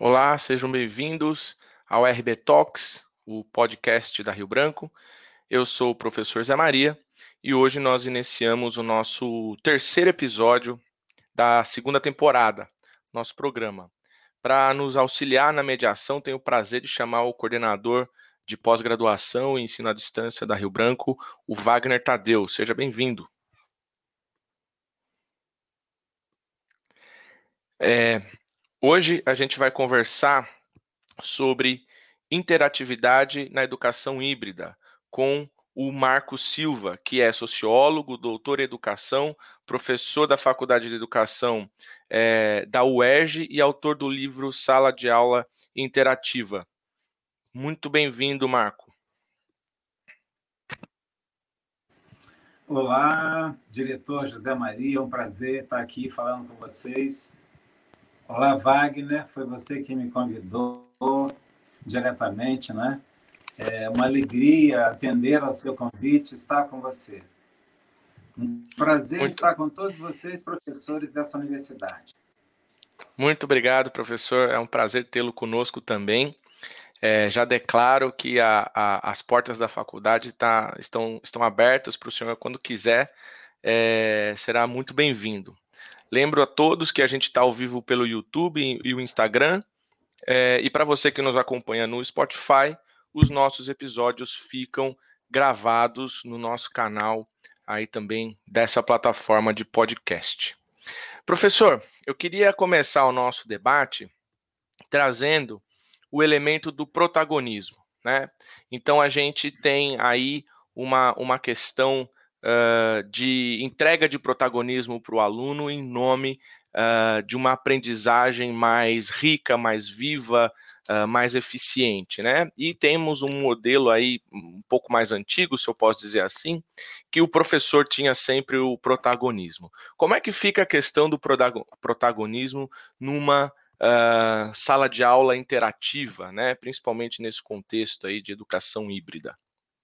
Olá, sejam bem-vindos ao RB Talks, o podcast da Rio Branco. Eu sou o professor Zé Maria e hoje nós iniciamos o nosso terceiro episódio da segunda temporada, nosso programa. Para nos auxiliar na mediação, tenho o prazer de chamar o coordenador de pós-graduação e ensino à distância da Rio Branco, o Wagner Tadeu. Seja bem-vindo. Hoje a gente vai conversar sobre interatividade na educação híbrida, com o Marco Silva, que é sociólogo, doutor em educação, professor da Faculdade de Educação da UERJ e autor do livro Sala de Aula Interativa. Muito bem-vindo, Marco. Olá, diretor José Maria, é um prazer estar aqui falando com vocês. Olá, Wagner, foi você que me convidou diretamente, né? É uma alegria atender ao seu convite, estar com você. Um prazer estar com todos vocês, professores dessa universidade. Muito obrigado, professor. É um prazer tê-lo conosco também. Já declaro que as portas da faculdade estão abertas para o senhor quando quiser. Será muito bem-vindo. Lembro a todos que a gente está ao vivo pelo YouTube e o Instagram. E para você que nos acompanha no Spotify, os nossos episódios ficam gravados no nosso canal aí também dessa plataforma de podcast. Professor, eu queria começar o nosso debate trazendo o elemento do protagonismo, né? Então a gente tem aí uma questão de entrega de protagonismo para o aluno em nome de uma aprendizagem mais rica, mais viva, mais eficiente, né? E temos um modelo aí um pouco mais antigo, se eu posso dizer assim, que o professor tinha sempre o protagonismo. Como é que fica a questão do protagonismo numa sala de aula interativa, né? Principalmente nesse contexto aí de educação híbrida?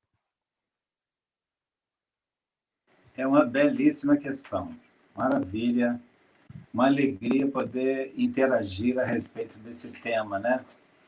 É uma belíssima questão. Maravilha. Uma alegria poder interagir a respeito desse tema, né?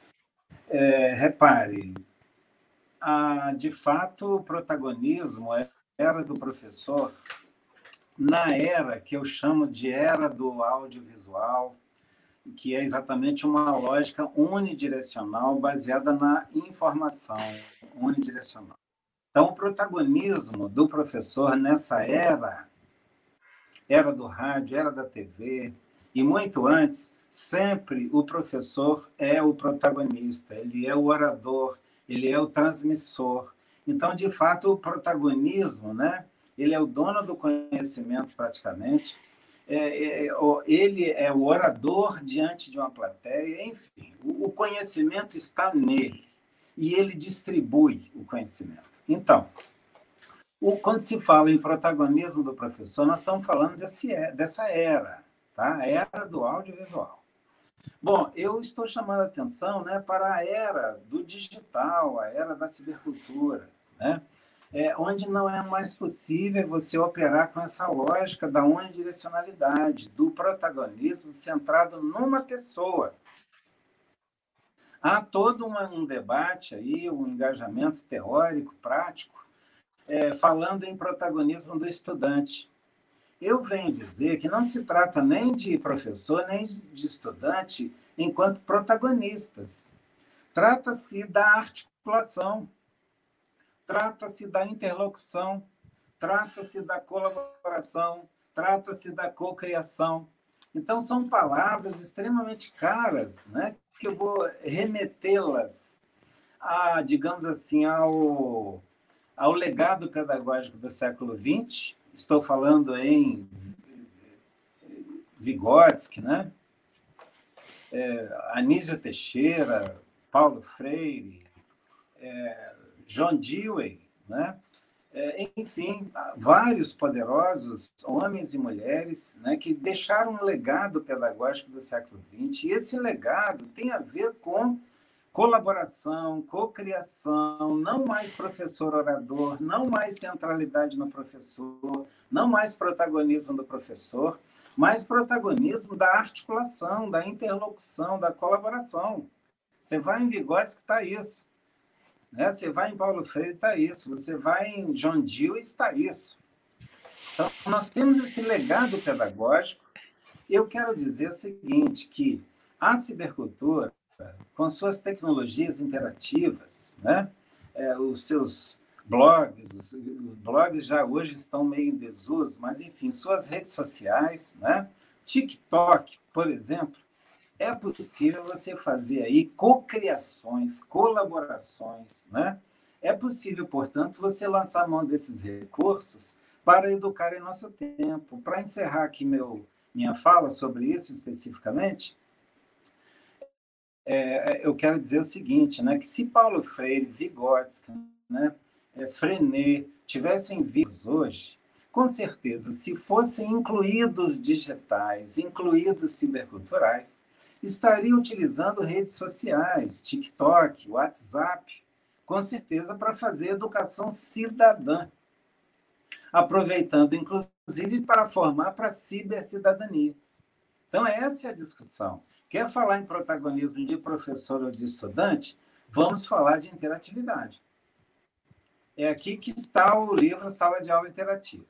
Repare, de fato, o protagonismo era do professor na era que eu chamo de era do audiovisual, que é exatamente uma lógica unidirecional baseada na informação unidirecional. Então, o protagonismo do professor nessa era do rádio, era da TV, e muito antes, sempre o professor é o protagonista, ele é o orador, ele é o transmissor. Então, de fato, o protagonismo, né? Ele é o dono do conhecimento praticamente, ele é o orador diante de uma plateia, enfim, o conhecimento está nele e ele distribui o conhecimento. Então, quando se fala em protagonismo do professor, nós estamos falando dessa era, tá? A era do audiovisual. Bom, eu estou chamando a atenção, né, para a era do digital, a era da cibercultura, né? Onde não é mais possível você operar com essa lógica da unidirecionalidade, do protagonismo centrado numa pessoa. Há todo um debate aí, um engajamento teórico, prático, falando em protagonismo do estudante. Eu venho dizer que não se trata nem de professor, nem de estudante enquanto protagonistas. Trata-se da articulação, trata-se da interlocução, trata-se da colaboração, trata-se da cocriação. Então, são palavras extremamente caras, né, que eu vou remetê-las digamos assim, ao legado pedagógico do século XX. Estou falando em Vygotsky, né? Anísio Teixeira, Paulo Freire, John Dewey, né? Enfim, vários poderosos homens e mulheres, né, que deixaram um legado pedagógico do século XX. E esse legado tem a ver com colaboração, cocriação, não mais professor orador, não mais centralidade no professor, não mais protagonismo do professor, mas protagonismo da articulação, da interlocução, da colaboração. Você vai em Vygotsky, está isso. Né? Você vai em Paulo Freire, está isso. Você vai em John Dewey, está isso. Então, nós temos esse legado pedagógico. Eu quero dizer o seguinte, que a cibercultura, com suas tecnologias interativas, né? Os seus blogs, os blogs já hoje estão meio em desuso, mas, enfim, suas redes sociais, né? TikTok, por exemplo, é possível você fazer aí cocriações, colaborações, né? É possível, portanto, você lançar mão desses recursos para educar em nosso tempo. Para encerrar aqui minha fala sobre isso especificamente, eu quero dizer o seguinte, né, que se Paulo Freire, Vygotsky, né, Freinet tivessem vivos hoje, com certeza, se fossem incluídos digitais, incluídos ciberculturais, estariam utilizando redes sociais, TikTok, WhatsApp, com certeza para fazer educação cidadã, aproveitando, inclusive, para formar para a cibercidadania. Então, essa é a discussão. Quer falar em protagonismo de professor ou de estudante? Vamos falar de interatividade. É aqui que está o livro Sala de Aula Interativa.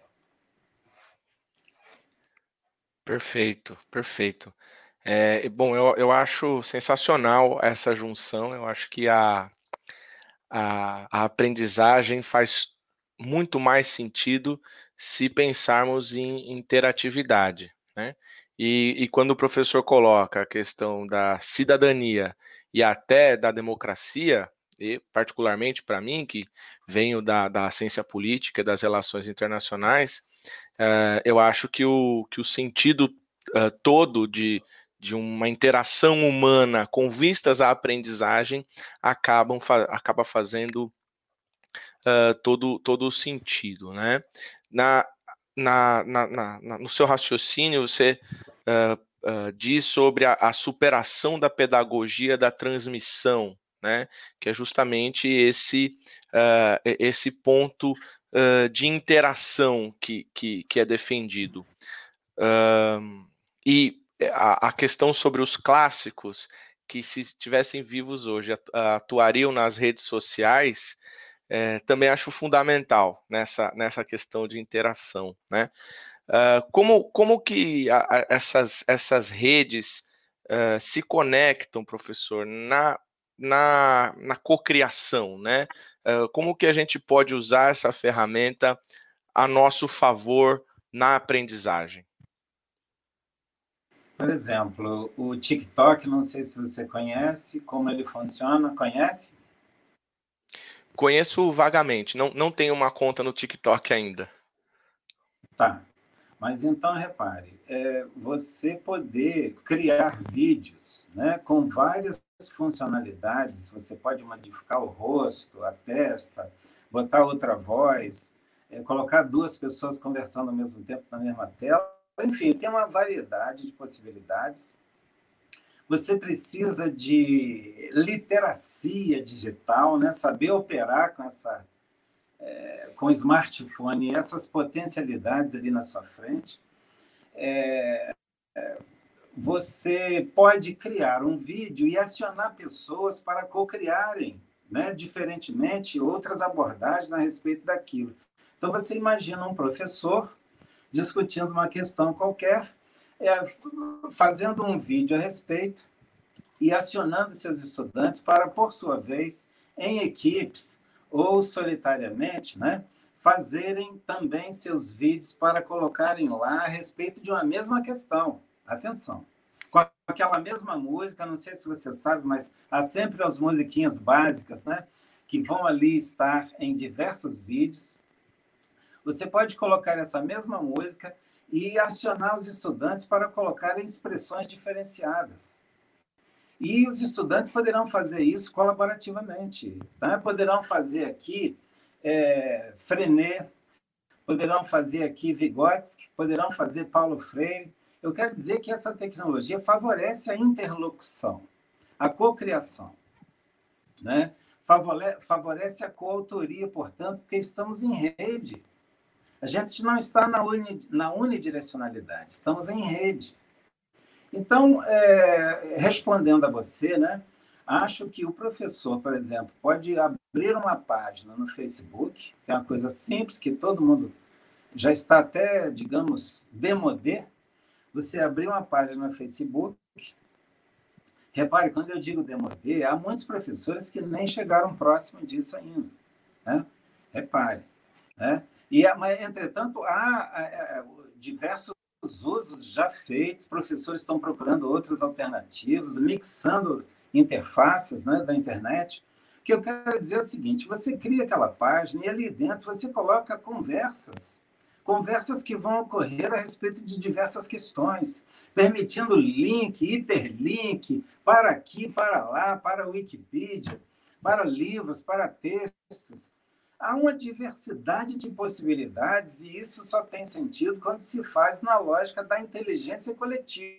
Perfeito, perfeito. Bom, eu acho sensacional essa junção. Eu acho que a aprendizagem faz muito mais sentido se pensarmos em interatividade, né? E quando o professor coloca a questão da cidadania e até da democracia, e particularmente para mim, que venho da ciência política, das relações internacionais, eu acho que o sentido todo de uma interação humana com vistas à aprendizagem acaba fazendo todo o sentido, né? No seu raciocínio, você diz sobre a superação da pedagogia da transmissão, né? Que é justamente esse ponto de interação que é defendido. E a questão sobre os clássicos, que se estivessem vivos hoje, atuariam nas redes sociais, também acho fundamental nessa questão de interação, né? Como que essas redes se conectam, professor, na cocriação, né? Como que a gente pode usar essa ferramenta a nosso favor na aprendizagem? Por exemplo, o TikTok, não sei se você conhece, como ele funciona, conhece? Conheço vagamente, não tenho uma conta no TikTok ainda. Tá. Mas então, repare, você poder criar vídeos, né, com várias funcionalidades, você pode modificar o rosto, a testa, botar outra voz, colocar duas pessoas conversando ao mesmo tempo na mesma tela, enfim, tem uma variedade de possibilidades. Você precisa de literacia digital, né, saber operar com o smartphone e essas potencialidades ali na sua frente. Você pode criar um vídeo e acionar pessoas para co-criarem, né, diferentemente, outras abordagens a respeito daquilo. Então, você imagina um professor discutindo uma questão qualquer, fazendo um vídeo a respeito e acionando seus estudantes para, por sua vez, em equipes ou solitariamente, né, fazerem também seus vídeos para colocarem lá a respeito de uma mesma questão. Atenção. Com aquela mesma música, não sei se você sabe, mas há sempre as musiquinhas básicas, né, que vão ali estar em diversos vídeos. Você pode colocar essa mesma música e acionar os estudantes para colocarem expressões diferenciadas. E os estudantes poderão fazer isso colaborativamente. Tá? Poderão fazer aqui Freinet, poderão fazer aqui Vygotsky, poderão fazer Paulo Freire. Eu quero dizer que essa tecnologia favorece a interlocução, a cocriação. né? Favorece a coautoria, portanto, porque estamos em rede. A gente não está na unidirecionalidade, estamos em rede. Então, respondendo a você, né, acho que o professor, por exemplo, pode abrir uma página no Facebook, que é uma coisa simples, que todo mundo já está até, digamos, démodé. Você abrir uma página no Facebook. Repare, quando eu digo démodé, há muitos professores que nem chegaram próximo disso ainda. Né? Repare. Né? Mas, entretanto, há diversos usos já feitos, professores estão procurando outras alternativas, mixando interfaces, né, da internet. O que eu quero dizer é o seguinte: você cria aquela página e ali dentro você coloca conversas que vão ocorrer a respeito de diversas questões, permitindo link, hiperlink, para aqui, para lá, para a Wikipedia, para livros, para textos. Há uma diversidade de possibilidades e isso só tem sentido quando se faz na lógica da inteligência coletiva.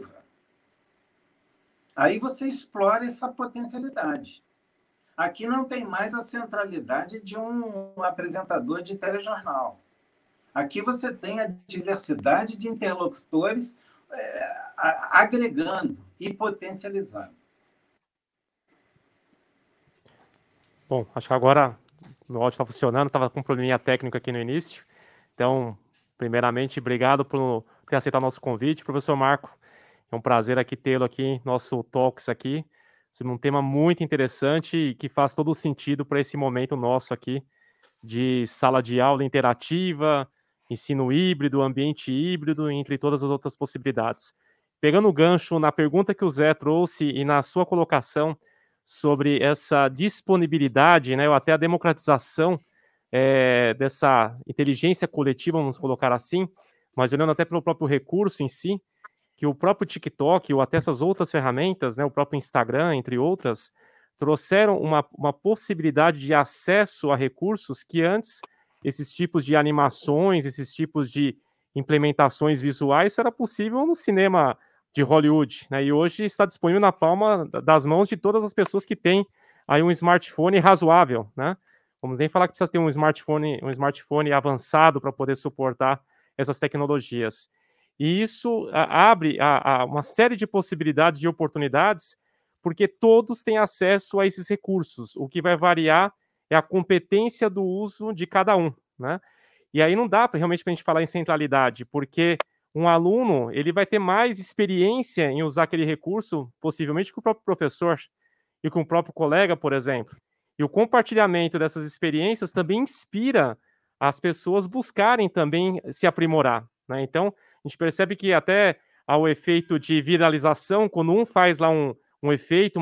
Aí você explora essa potencialidade. Aqui não tem mais a centralidade de um apresentador de telejornal. Aqui você tem a diversidade de interlocutores agregando e potencializando. Bom, acho que agora meu áudio está funcionando, estava com um probleminha técnico aqui no início. Então, primeiramente, obrigado por ter aceitado o nosso convite, professor Marco. É um prazer aqui tê-lo aqui, nosso Talks aqui, sobre um tema muito interessante e que faz todo o sentido para esse momento nosso aqui de sala de aula interativa, ensino híbrido, ambiente híbrido, entre todas as outras possibilidades. Pegando o gancho na pergunta que o Zé trouxe e na sua colocação sobre essa disponibilidade, né, ou até a democratização dessa inteligência coletiva, vamos colocar assim, mas olhando até pelo próprio recurso em si, que o próprio TikTok ou até essas outras ferramentas, né, o próprio Instagram, entre outras, trouxeram uma possibilidade de acesso a recursos que antes esses tipos de animações, esses tipos de implementações visuais, isso era possível no cinema de Hollywood, né? E hoje está disponível na palma das mãos de todas as pessoas que têm aí um smartphone razoável, né? Vamos nem falar que precisa ter um smartphone avançado para poder suportar essas tecnologias. E isso abre uma série de possibilidades, de oportunidades, porque todos têm acesso a esses recursos. O que vai variar é a competência do uso de cada um, né? E aí não dá realmente para a gente falar em centralidade, porque um aluno ele vai ter mais experiência em usar aquele recurso, possivelmente, que o próprio professor e com o próprio colega, por exemplo. E o compartilhamento dessas experiências também inspira as pessoas buscarem também se aprimorar, né? Então, a gente percebe que até ao efeito de viralização, quando um faz lá um efeito,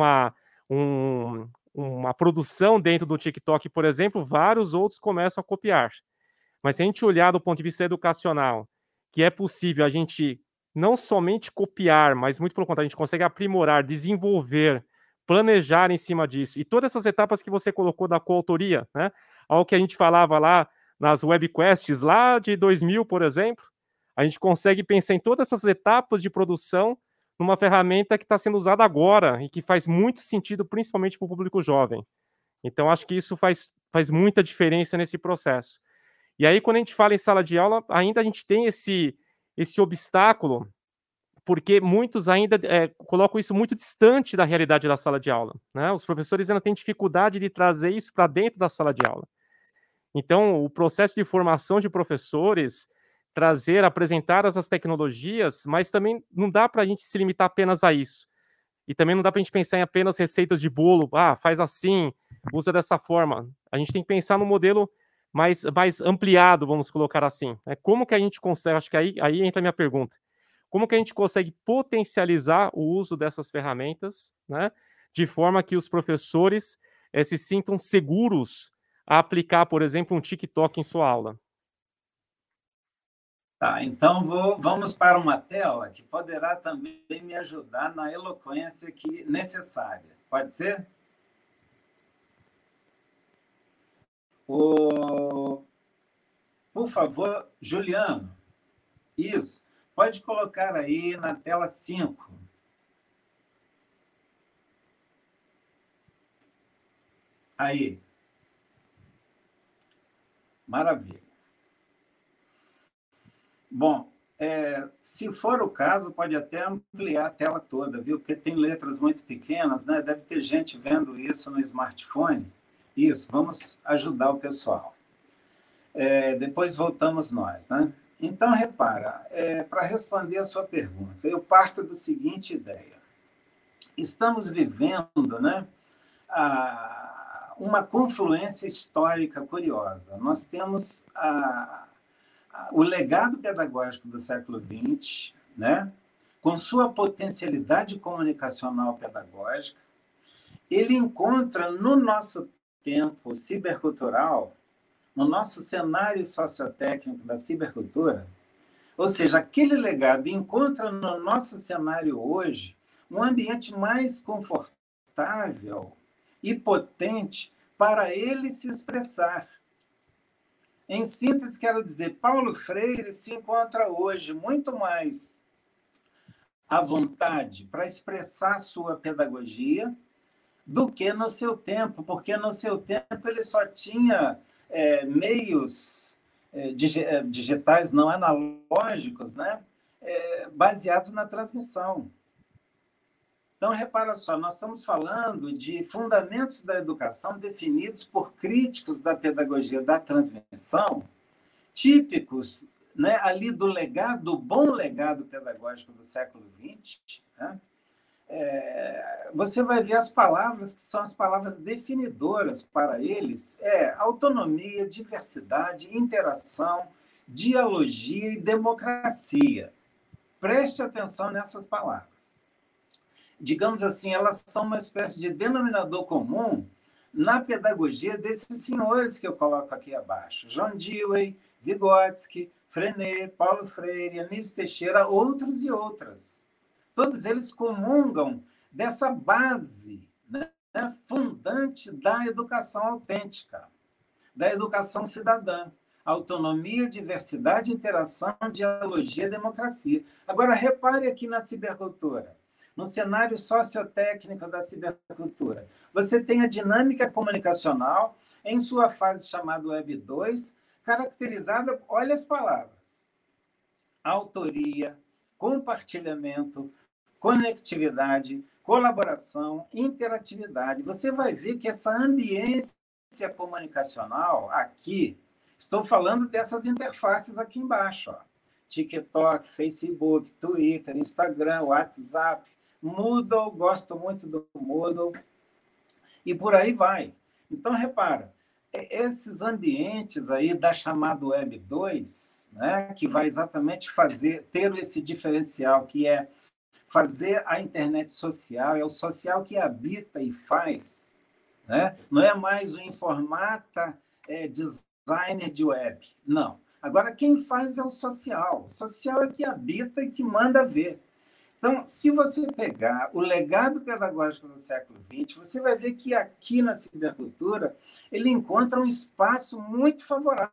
uma produção dentro do TikTok, por exemplo, vários outros começam a copiar. Mas se a gente olhar do ponto de vista educacional, que é possível a gente não somente copiar, mas muito pelo contrário, a gente consegue aprimorar, desenvolver, planejar em cima disso. E todas essas etapas que você colocou da coautoria, né? Algo que a gente falava lá nas webquests lá de 2000, por exemplo, a gente consegue pensar em todas essas etapas de produção numa ferramenta que está sendo usada agora e que faz muito sentido, principalmente para o público jovem. Então, acho que isso faz muita diferença nesse processo. E aí, quando a gente fala em sala de aula, ainda a gente tem esse obstáculo, porque muitos ainda colocam isso muito distante da realidade da sala de aula, né? Os professores ainda têm dificuldade de trazer isso para dentro da sala de aula. Então, o processo de formação de professores, apresentar essas tecnologias, mas também não dá para a gente se limitar apenas a isso. E também não dá para a gente pensar em apenas receitas de bolo, faz assim, usa dessa forma. A gente tem que pensar no modelo mais ampliado, vamos colocar assim. Como que a gente consegue, acho que aí entra a minha pergunta, como que a gente consegue potencializar o uso dessas ferramentas, né, de forma que os professores se sintam seguros a aplicar, por exemplo, um TikTok em sua aula? Tá, então vamos para uma tela que poderá também me ajudar na eloquência necessária. Pode ser? Por favor, Juliano. Isso. Pode colocar aí na tela 5. Aí. Maravilha. Bom, se for o caso, pode até ampliar a tela toda, viu? Porque tem letras muito pequenas, né? Deve ter gente vendo isso no smartphone. Isso, vamos ajudar o pessoal. Depois voltamos nós, né? Então, repara, para responder a sua pergunta, eu parto da seguinte ideia. Estamos vivendo, né, uma confluência histórica curiosa. Nós temos o legado pedagógico do século XX, né, com sua potencialidade comunicacional pedagógica, ele encontra no nosso tempo cibercultural, no nosso cenário sociotécnico da cibercultura, ou seja, aquele legado encontra no nosso cenário hoje um ambiente mais confortável e potente para ele se expressar. Em síntese, quero dizer, Paulo Freire se encontra hoje muito mais à vontade para expressar sua pedagogia do que no seu tempo, porque no seu tempo ele só tinha meios digitais, não analógicos, né? Baseados na transmissão. Então, repara só, nós estamos falando de fundamentos da educação definidos por críticos da pedagogia da transmissão, típicos, né, ali do legado, do bom legado pedagógico do século XX, né? Você vai ver as palavras que são as palavras definidoras para eles, autonomia, diversidade, interação, dialogia e democracia. Preste atenção nessas palavras. Digamos assim, elas são uma espécie de denominador comum na pedagogia desses senhores que eu coloco aqui abaixo. John Dewey, Vygotsky, Freinet, Paulo Freire, Anísio Teixeira, outros e outras. Todos eles comungam dessa base, né, fundante da educação autêntica, da educação cidadã. Autonomia, diversidade, interação, dialogia e democracia. Agora, repare aqui na cibercultura. No cenário sociotécnico da cibercultura, você tem a dinâmica comunicacional em sua fase chamada Web 2, caracterizada, olha as palavras, autoria, compartilhamento, conectividade, colaboração, interatividade. Você vai ver que essa ambiência comunicacional aqui, estou falando dessas interfaces aqui embaixo, ó. TikTok, Facebook, Twitter, Instagram, WhatsApp, Moodle, gosto muito do Moodle, e por aí vai. Então, repara, esses ambientes aí da chamada Web 2, né, que vai exatamente ter esse diferencial, que é fazer a internet social, é o social que habita e faz, né? Não é mais o informata designer de web, não. Agora, quem faz é o social. O social é que habita e que manda ver. Então, se você pegar o legado pedagógico do século XX, você vai ver que aqui na cibercultura ele encontra um espaço muito favorável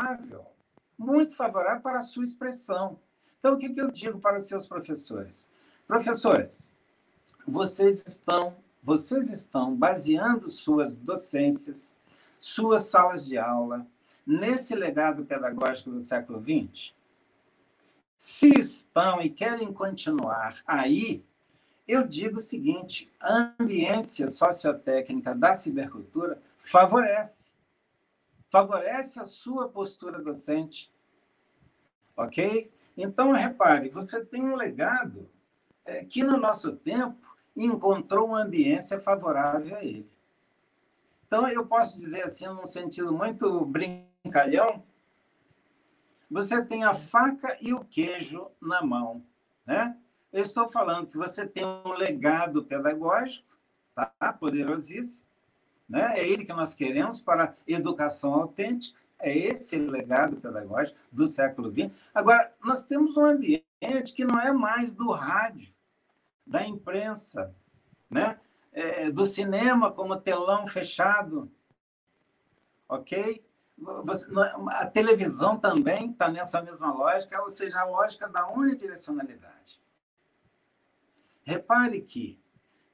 para a sua expressão. Então, o que eu digo para os seus professores? Professores, vocês estão baseando suas docências, suas salas de aula, nesse legado pedagógico do século XX? Se estão e querem continuar aí, eu digo o seguinte, a ambiência sociotécnica da cibercultura favorece a sua postura docente, ok? Então, repare, você tem um legado que, no nosso tempo, encontrou uma ambiência favorável a ele. Então, eu posso dizer assim, num sentido muito brincalhão, você tem a faca e o queijo na mão, né? Eu estou falando que você tem um legado pedagógico, tá? Poderosíssimo, né? É ele que nós queremos para a educação autêntica, é esse o legado pedagógico do século XX. Agora, nós temos um ambiente que não é mais do rádio, da imprensa, né? Do cinema como telão fechado, ok? A televisão também está nessa mesma lógica, ou seja, a lógica da unidirecionalidade. Repare que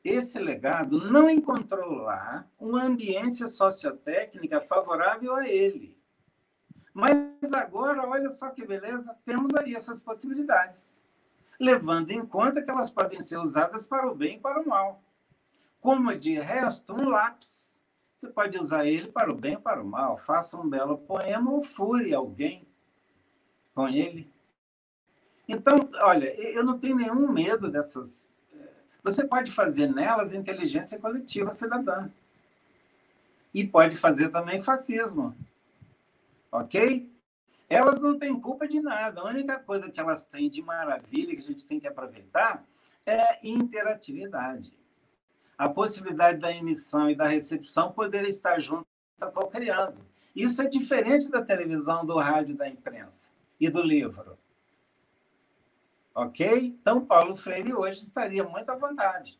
esse legado não encontrou lá uma ambiência sociotécnica favorável a ele. Mas agora, olha só que beleza, temos aí essas possibilidades, levando em conta que elas podem ser usadas para o bem e para o mal. Como de resto, um lápis. Você pode usar ele para o bem e para o mal. Faça um belo poema ou fure alguém com ele. Então, olha, eu não tenho nenhum medo dessas. Você pode fazer nelas inteligência coletiva cidadã. E pode fazer também fascismo. Ok? Elas não têm culpa de nada. A única coisa que elas têm de maravilha, que a gente tem que aproveitar, é interatividade. A possibilidade da emissão e da recepção poder estar junto co-criando. Isso é diferente da televisão, do rádio, da imprensa e do livro. Ok? Então, Paulo Freire hoje estaria muito à vontade.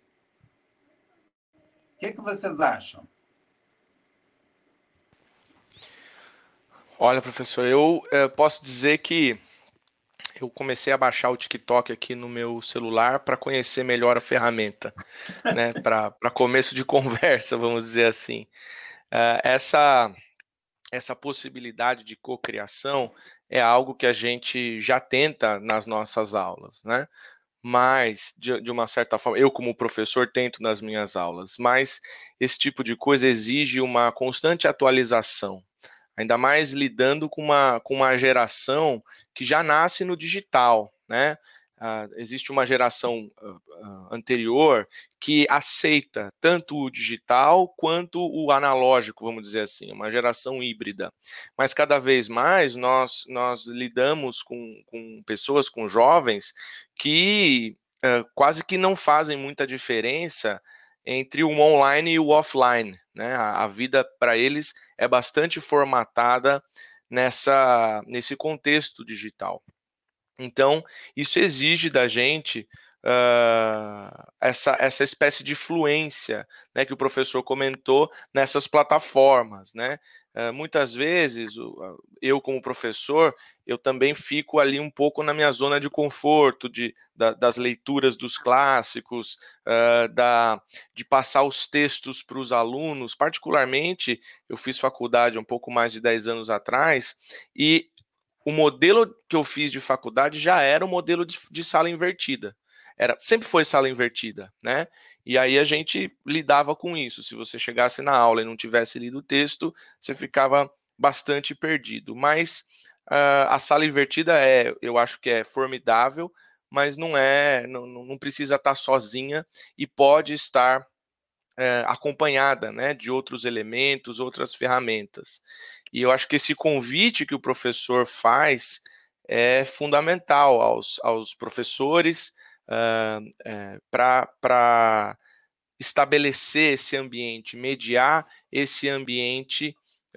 O que vocês acham? Olha, professor, eu posso dizer que eu comecei a baixar o TikTok aqui no meu celular para conhecer melhor a ferramenta, né? Para começo de conversa, vamos dizer assim. Essa possibilidade de cocriação é algo que a gente já tenta nas nossas aulas, né? Mas, de uma certa forma, eu como professor tento nas minhas aulas, mas esse tipo de coisa exige uma constante atualização, ainda mais lidando com uma geração que já nasce no digital, né? Existe uma geração anterior que aceita tanto o digital quanto o analógico, vamos dizer assim, uma geração híbrida. Mas cada vez mais nós lidamos com pessoas, com jovens, que quase que não fazem muita diferença entre o online e o offline, né? A vida para eles é bastante formatada nesse contexto digital. Então, isso exige da gente essa espécie de fluência, né, que o professor comentou nessas plataformas, né? Muitas vezes, eu como professor, eu também fico ali um pouco na minha zona de conforto, das leituras dos clássicos, de passar os textos para os alunos. Particularmente, eu fiz faculdade um pouco mais de 10 anos atrás, e o modelo que eu fiz de faculdade já era um modelo de sala invertida. Sempre foi sala invertida, né? E aí a gente lidava com isso. Se você chegasse na aula e não tivesse lido o texto, você ficava bastante perdido. Mas a sala invertida eu acho que é formidável, mas não precisa estar sozinha e pode estar acompanhada, né, de outros elementos, outras ferramentas. E eu acho que esse convite que o professor faz é fundamental aos professores para estabelecer esse ambiente, mediar esse ambiente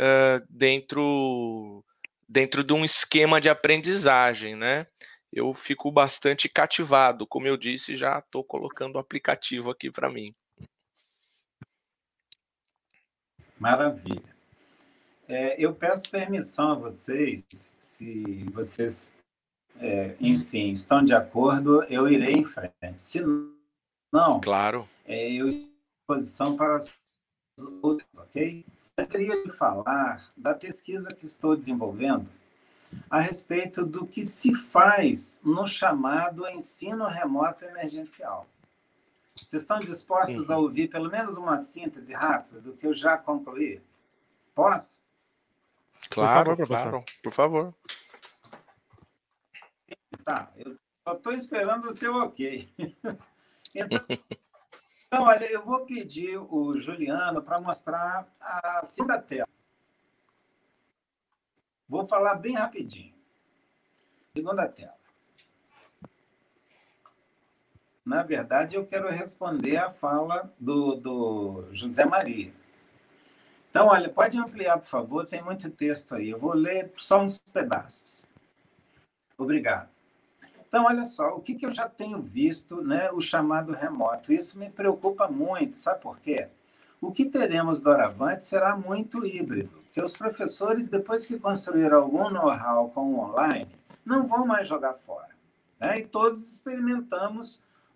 dentro de um esquema de aprendizagem, né? Eu fico bastante cativado, como eu disse, já estou colocando o aplicativo aqui para mim. Maravilha. Eu peço permissão a vocês, se vocês, enfim, estão de acordo, eu irei em frente. Se não, claro, eu estou à disposição para as outras, ok? Eu gostaria de falar da pesquisa que estou desenvolvendo a respeito do que se faz no chamado ensino remoto emergencial. Vocês estão dispostos a ouvir pelo menos uma síntese rápida do que eu já concluí? Posso? Claro, claro, por favor. Tá, eu só estou esperando o seu ok. Então, olha, eu vou pedir o Juliano para mostrar a segunda tela. Vou falar bem rapidinho. Segunda tela. Na verdade, eu quero responder a fala do José Maria. Então, olha, pode ampliar, por favor, tem muito texto aí. Eu vou ler só uns pedaços. Obrigado. Então, olha só, o que eu já tenho visto, né, o chamado remoto. Isso me preocupa muito, sabe por quê? O que teremos doravante será muito híbrido, porque os professores, depois que construíram algum know-how com o online, não vão mais jogar fora, né? E todos experimentamos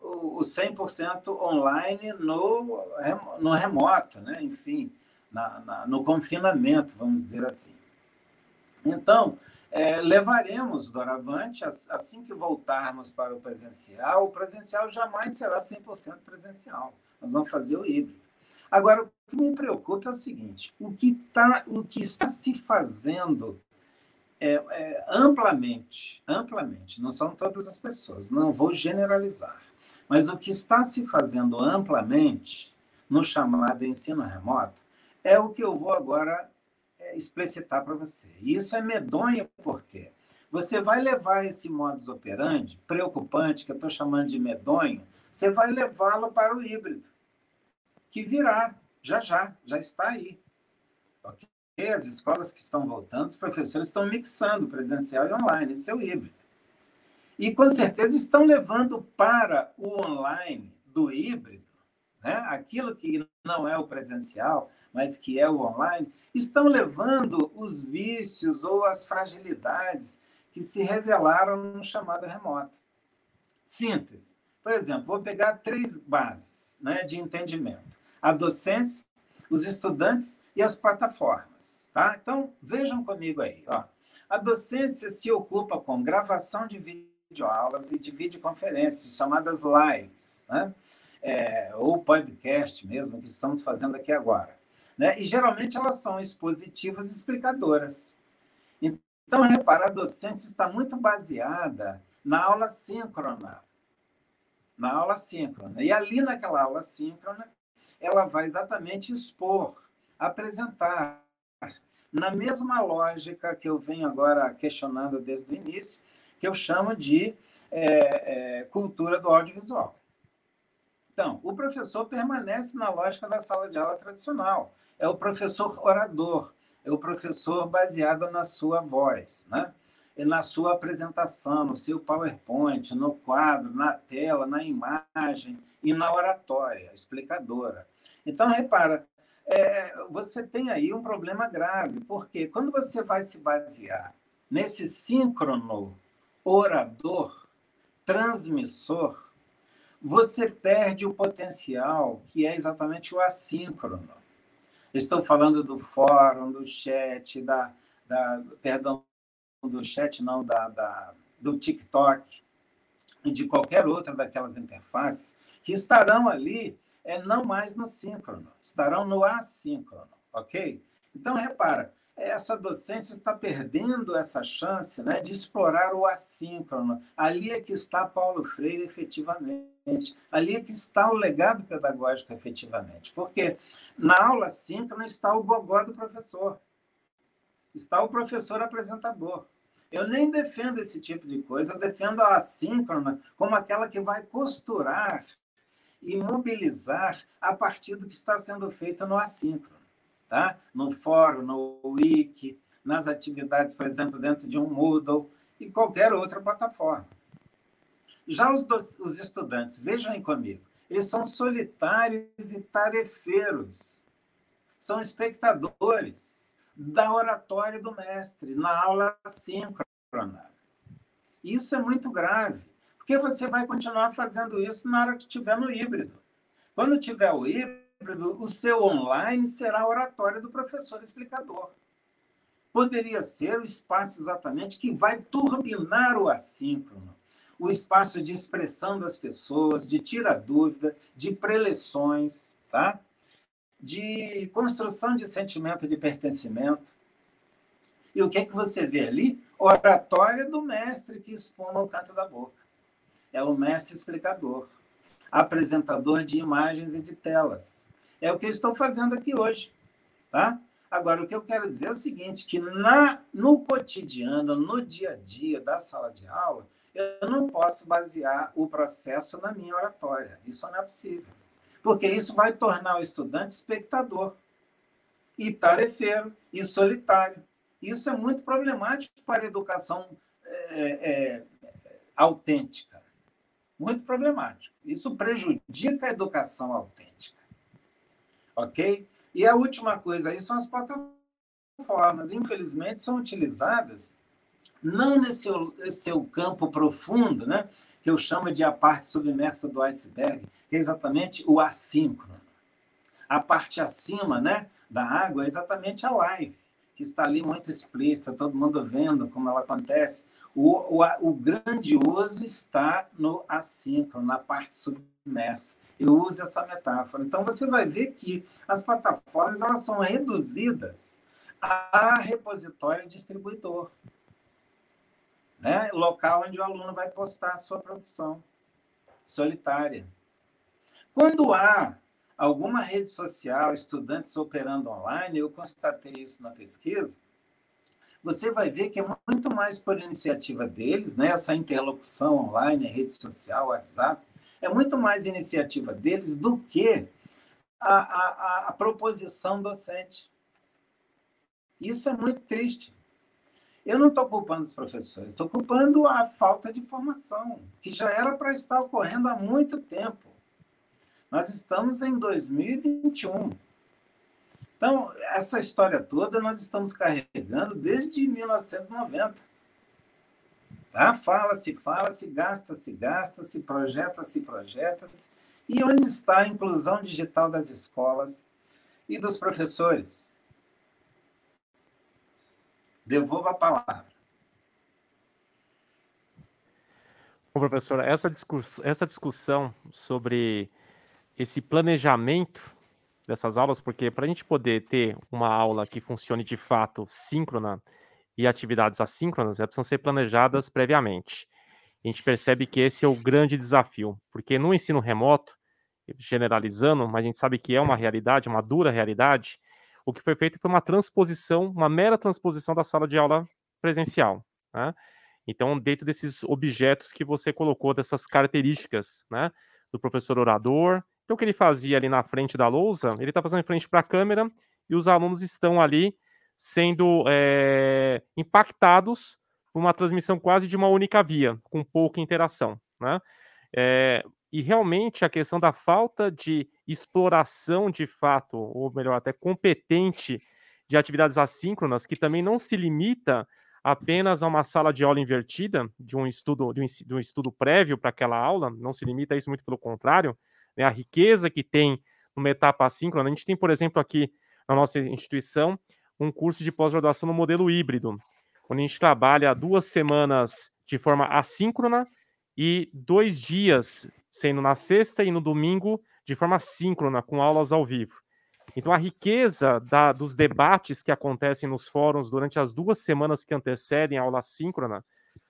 o 100% online no remoto, né? Enfim, no confinamento, vamos dizer assim. Então, levaremos doravante, assim que voltarmos para o presencial jamais será 100% presencial. Nós vamos fazer o híbrido. Agora, o que me preocupa é o seguinte, o que está se fazendo amplamente, não são todas as pessoas, não vou generalizar, mas o que está se fazendo amplamente no chamado ensino remoto é o que eu vou agora explicitar para você. E isso é medonho porque você vai levar esse modus operandi preocupante, que eu estou chamando de medonho, você vai levá-lo para o híbrido, que virá, já está aí. Ok? As escolas que estão voltando, os professores estão mixando presencial e online, esse é o híbrido. E, com certeza, estão levando para o online do híbrido, né? Aquilo que não é o presencial, mas que é o online, estão levando os vícios ou as fragilidades que se revelaram no chamado remoto. Síntese. Por exemplo, vou pegar 3 bases, né, de entendimento. A docência, os estudantes e as plataformas. Tá? Então, vejam comigo aí. Ó. A docência se ocupa com gravação de videoaulas e de videoconferências, chamadas lives, né? Ou podcast mesmo, que estamos fazendo aqui agora. Né? E, geralmente, elas são expositivas e explicadoras. Então, repara, a docência está muito baseada na aula síncrona. E ali, naquela aula síncrona, ela vai exatamente expor, apresentar, na mesma lógica que eu venho agora questionando desde o início, que eu chamo de cultura do audiovisual. Então, o professor permanece na lógica da sala de aula tradicional. É o professor orador, é o professor baseado na sua voz, né? E na sua apresentação, no seu PowerPoint, no quadro, na tela, na imagem e na oratória explicadora. Então, repara, você tem aí um problema grave, porque quando você vai se basear nesse síncrono orador, transmissor, você perde o potencial, que é exatamente o assíncrono. Estou falando do fórum, do chat, perdão, do chat não, do TikTok e de qualquer outra daquelas interfaces que estarão ali, não mais no síncrono, estarão no assíncrono, ok? Então, repara, essa docência está perdendo essa chance, né, de explorar o assíncrono. Ali é que está Paulo Freire efetivamente. Ali é que está o legado pedagógico efetivamente. Porque na aula síncrona está o gogó do professor. Está o professor apresentador. Eu nem defendo esse tipo de coisa, eu defendo a assíncrona como aquela que vai costurar e mobilizar a partir do que está sendo feito no assíncrono. Tá? No fórum, no Wiki, nas atividades, por exemplo, dentro de um Moodle e qualquer outra plataforma. Já os estudantes, vejam aí comigo, eles são solitários e tarefeiros, são espectadores da oratória do mestre, na aula síncrona. Isso é muito grave, porque você vai continuar fazendo isso na hora que estiver no híbrido. Quando tiver o híbrido, o seu online será a oratória do professor explicador. Poderia ser o espaço exatamente que vai turbinar o assíncrono, o espaço de expressão das pessoas, de tira-dúvida, de preleções, tá? De construção de sentimento de pertencimento. E o que é que você vê ali? Oratória do mestre que espuma o canto da boca. É o mestre explicador, apresentador de imagens e de telas. É o que eu estou fazendo aqui hoje. Tá? Agora, o que eu quero dizer é o seguinte, que no cotidiano, no dia a dia da sala de aula, eu não posso basear o processo na minha oratória. Isso não é possível. Porque isso vai tornar o estudante espectador, e tarefeiro, e solitário. Isso é muito problemático para a educação autêntica. Muito problemático. Isso prejudica a educação autêntica. Ok? E a última coisa aí são as plataformas. Infelizmente, são utilizadas não nesse seu campo profundo, né, que eu chamo de a parte submersa do iceberg, que é exatamente o assíncrono. A parte acima, né, da água é exatamente a live, que está ali muito explícita, todo mundo vendo como ela acontece. O grandioso está no assíncrono, na parte submersa. Eu uso essa metáfora. Então, você vai ver que as plataformas elas são reduzidas a repositório distribuidor, né? Local onde o aluno vai postar a sua produção solitária. Quando há alguma rede social, estudantes operando online, eu constatei isso na pesquisa, você vai ver que é muito mais por iniciativa deles, né? Essa interlocução online, rede social, WhatsApp, é muito mais iniciativa deles do que a proposição docente. Isso é muito triste. Eu não estou culpando os professores, estou culpando a falta de formação, que já era para estar ocorrendo há muito tempo. Nós estamos em 2021. Então, essa história toda nós estamos carregando desde 1990. Tá? Fala-se, gasta-se, projeta-se. E onde está a inclusão digital das escolas e dos professores? Devolvo a palavra. Bom, professora, essa discussão sobre esse planejamento dessas aulas, porque para a gente poder ter uma aula que funcione de fato síncrona e atividades assíncronas, elas precisam ser planejadas previamente. A gente percebe que esse é o grande desafio, porque no ensino remoto, generalizando, mas a gente sabe que é uma realidade, uma dura realidade, o que foi feito foi uma transposição, uma mera transposição da sala de aula presencial, né? Então, dentro desses objetos que você colocou, dessas características, né, do professor orador, então o que ele fazia ali na frente da lousa, ele está fazendo em frente para a câmera e os alunos estão ali sendo impactados por uma transmissão quase de uma única via, com pouca interação, né? E realmente a questão da falta de exploração de fato, ou melhor, até competente de atividades assíncronas, que também não se limita apenas a uma sala de aula invertida, de um estudo prévio para aquela aula, não se limita a isso, muito pelo contrário, né, a riqueza que tem numa etapa assíncrona. A gente tem, por exemplo, aqui na nossa instituição, um curso de pós-graduação no modelo híbrido, onde a gente trabalha 2 semanas de forma assíncrona e 2 dias, sendo na sexta e no domingo, de forma síncrona, com aulas ao vivo. Então, a riqueza dos debates que acontecem nos fóruns durante as 2 semanas que antecedem a aula síncrona,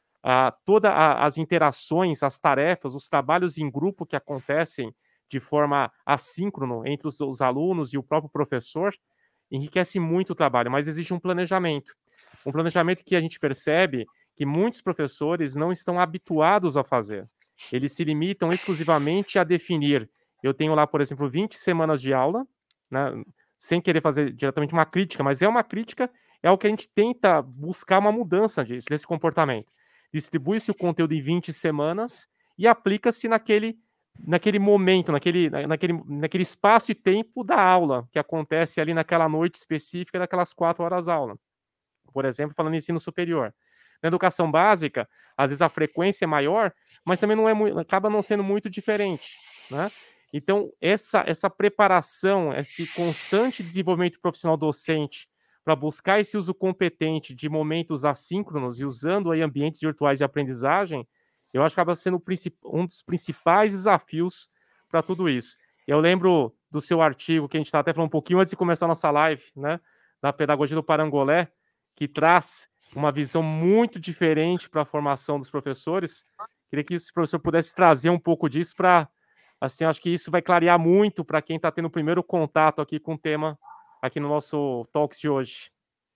todas as interações, as tarefas, os trabalhos em grupo que acontecem de forma assíncrona entre os alunos e o próprio professor, enriquece muito o trabalho, mas exige um planejamento. Um planejamento que a gente percebe que muitos professores não estão habituados a fazer. Eles se limitam exclusivamente a definir. Eu tenho lá, por exemplo, 20 semanas de aula, né, sem querer fazer diretamente uma crítica, mas é uma crítica, é o que a gente tenta buscar uma mudança desse comportamento. Distribui-se o conteúdo em 20 semanas e aplica-se naquele momento, naquele espaço e tempo da aula, que acontece ali naquela noite específica daquelas 4 horas aula. Por exemplo, falando em ensino superior. Na educação básica, às vezes a frequência é maior, mas também acaba não sendo muito diferente, né? Então, essa preparação, esse constante desenvolvimento profissional docente para buscar esse uso competente de momentos assíncronos e usando aí ambientes virtuais de aprendizagem, eu acho que acaba sendo um dos principais desafios para tudo isso. Eu lembro do seu artigo, que a gente está até falando um pouquinho antes de começar a nossa live, né, da pedagogia do Parangolé, que traz uma visão muito diferente para a formação dos professores. Queria que o professor pudesse trazer um pouco disso para, assim, acho que isso vai clarear muito para quem está tendo o primeiro contato aqui com o tema aqui no nosso Talks de hoje.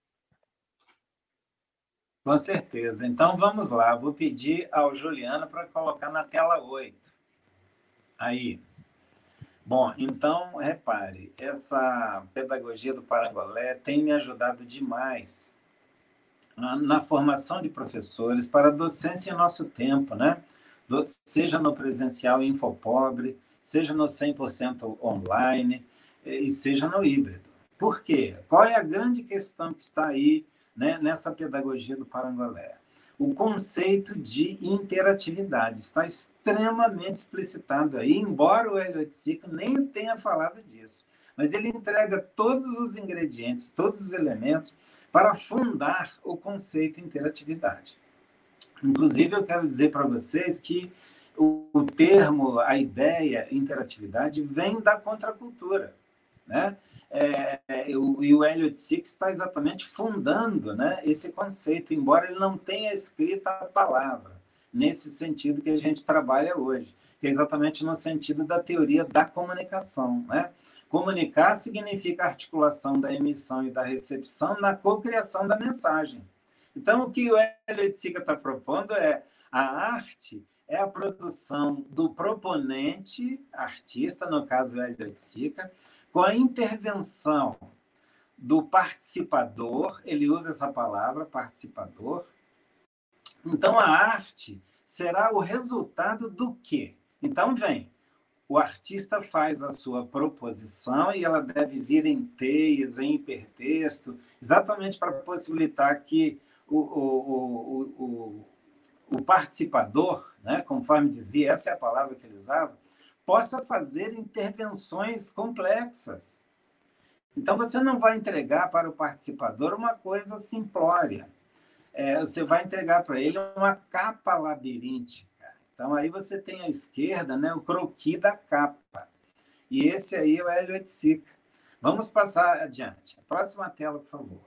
Com certeza. Então, vamos lá. Vou pedir ao Juliano para colocar na tela 8. Aí. Bom, então, repare, essa pedagogia do Parangolé tem me ajudado demais na formação de professores para a docência em nosso tempo, né? Seja no presencial Infopobre, seja no 100% online e seja no híbrido. Por quê? Qual é a grande questão que está aí, né, nessa pedagogia do Parangolé? o conceito de interatividade. Está extremamente explicitado aí, embora o Hélio Oiticica nem tenha falado disso. Mas ele entrega todos os ingredientes, todos os elementos para fundar o conceito de interatividade. Inclusive, eu quero dizer para vocês que o termo, a ideia interatividade, vem da contracultura, né? E o Hélio Oiticica está exatamente fundando, né, esse conceito, embora ele não tenha escrito a palavra, nesse sentido que a gente trabalha hoje, que é exatamente no sentido da teoria da comunicação, né? Comunicar significa articulação da emissão e da recepção na cocriação da mensagem. Então, o que o Hélio Oiticica está propondo é a arte é a produção do proponente, artista, no caso o Hélio Oiticica, com a intervenção do participador, ele usa essa palavra, participador. Então, a arte será o resultado do quê? Então, o artista faz a sua proposição e ela deve vir em teias, em hipertexto, exatamente para possibilitar que o participador, né, conforme dizia, essa é a palavra que ele usava, possa fazer intervenções complexas. Então, você não vai entregar para o participador uma coisa simplória. Você vai entregar para ele uma capa labiríntica. Então, aí você tem à esquerda, né, o croquis da capa. E esse aí é o Hélio Oiticica. Vamos passar adiante. Próxima tela, por favor.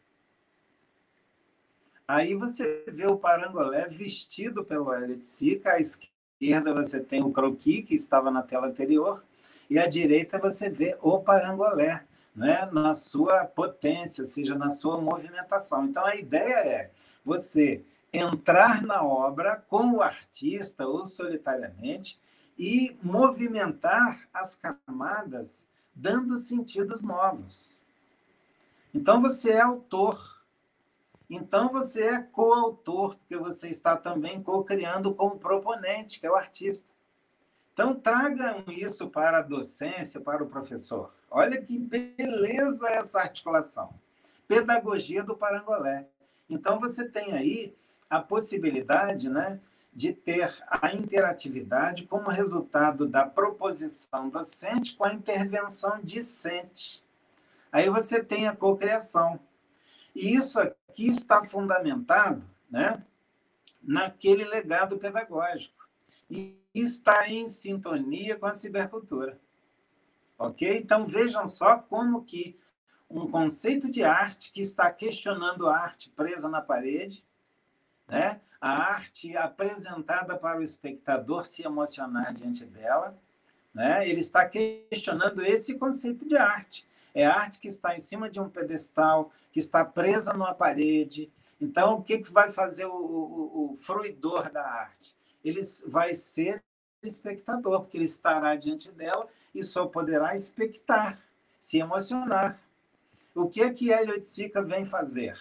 Aí você vê o parangolé vestido pelo Hélio Oiticica. À esquerda você tem o croquis, que estava na tela anterior, e à direita você vê o parangolé, né, na sua potência, ou seja, na sua movimentação. Então, a ideia é você entrar na obra com o artista ou solitariamente e movimentar as camadas, dando sentidos novos. Então, você é autor. Então, você é coautor, porque você está também co-criando com o proponente, que é o artista. Então, tragam isso para a docência, para o professor. Olha que beleza essa articulação. Pedagogia do parangolé. Então, você tem aí a possibilidade, né, de ter a interatividade como resultado da proposição docente com a intervenção discente. Aí você tem a cocriação. E isso aqui está fundamentado, né, naquele legado pedagógico. E está em sintonia com a cibercultura. Ok? Então, vejam só como que um conceito de arte que está questionando a arte presa na parede, né? A arte apresentada para o espectador se emocionar diante dela, né? Ele está questionando esse conceito de arte. É a arte que está em cima de um pedestal, que está presa numa parede. Então, o que vai fazer o fruidor da arte? Ele vai ser espectador, porque ele estará diante dela e só poderá expectar, se emocionar. O que é que Hélio Oiticica vem fazer?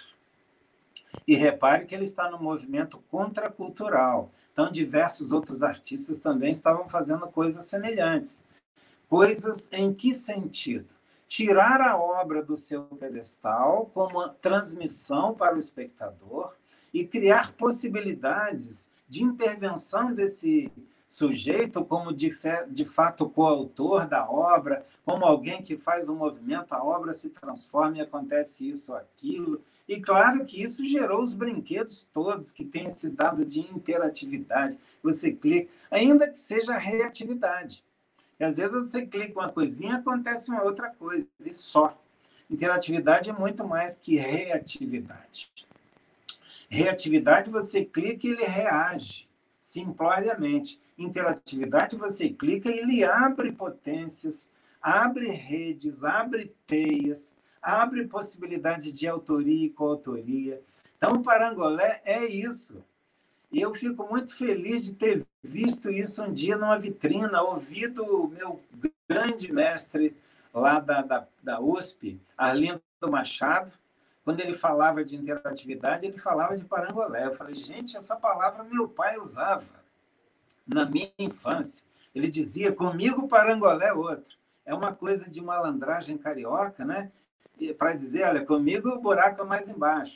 E repare que ele está no movimento contracultural. Então, diversos outros artistas também estavam fazendo coisas semelhantes. Coisas em que sentido? Tirar a obra do seu pedestal como transmissão para o espectador e criar possibilidades de intervenção desse sujeito como, de fato, coautor da obra, como alguém que faz um movimento, a obra se transforma e acontece isso ou aquilo. E, claro, que isso gerou os brinquedos todos que têm esse dado de interatividade. Você clica, ainda que seja reatividade. E, às vezes, você clica uma coisinha, acontece uma outra coisa, e só. Interatividade é muito mais que reatividade. Reatividade, você clica e ele reage, simploriamente. Interatividade, você clica e ele abre potências, abre redes, abre teias, abre possibilidade de autoria e coautoria. Então, o parangolé é isso. E eu fico muito feliz de ter visto isso um dia numa vitrina, ouvido o meu grande mestre lá da USP, Arlindo Machado, quando ele falava de interatividade, ele falava de parangolé. Eu falei, gente, essa palavra meu pai usava na minha infância. Ele dizia, comigo parangolé é outro. É uma coisa de malandragem carioca, né? Para dizer, olha, comigo o buraco é mais embaixo.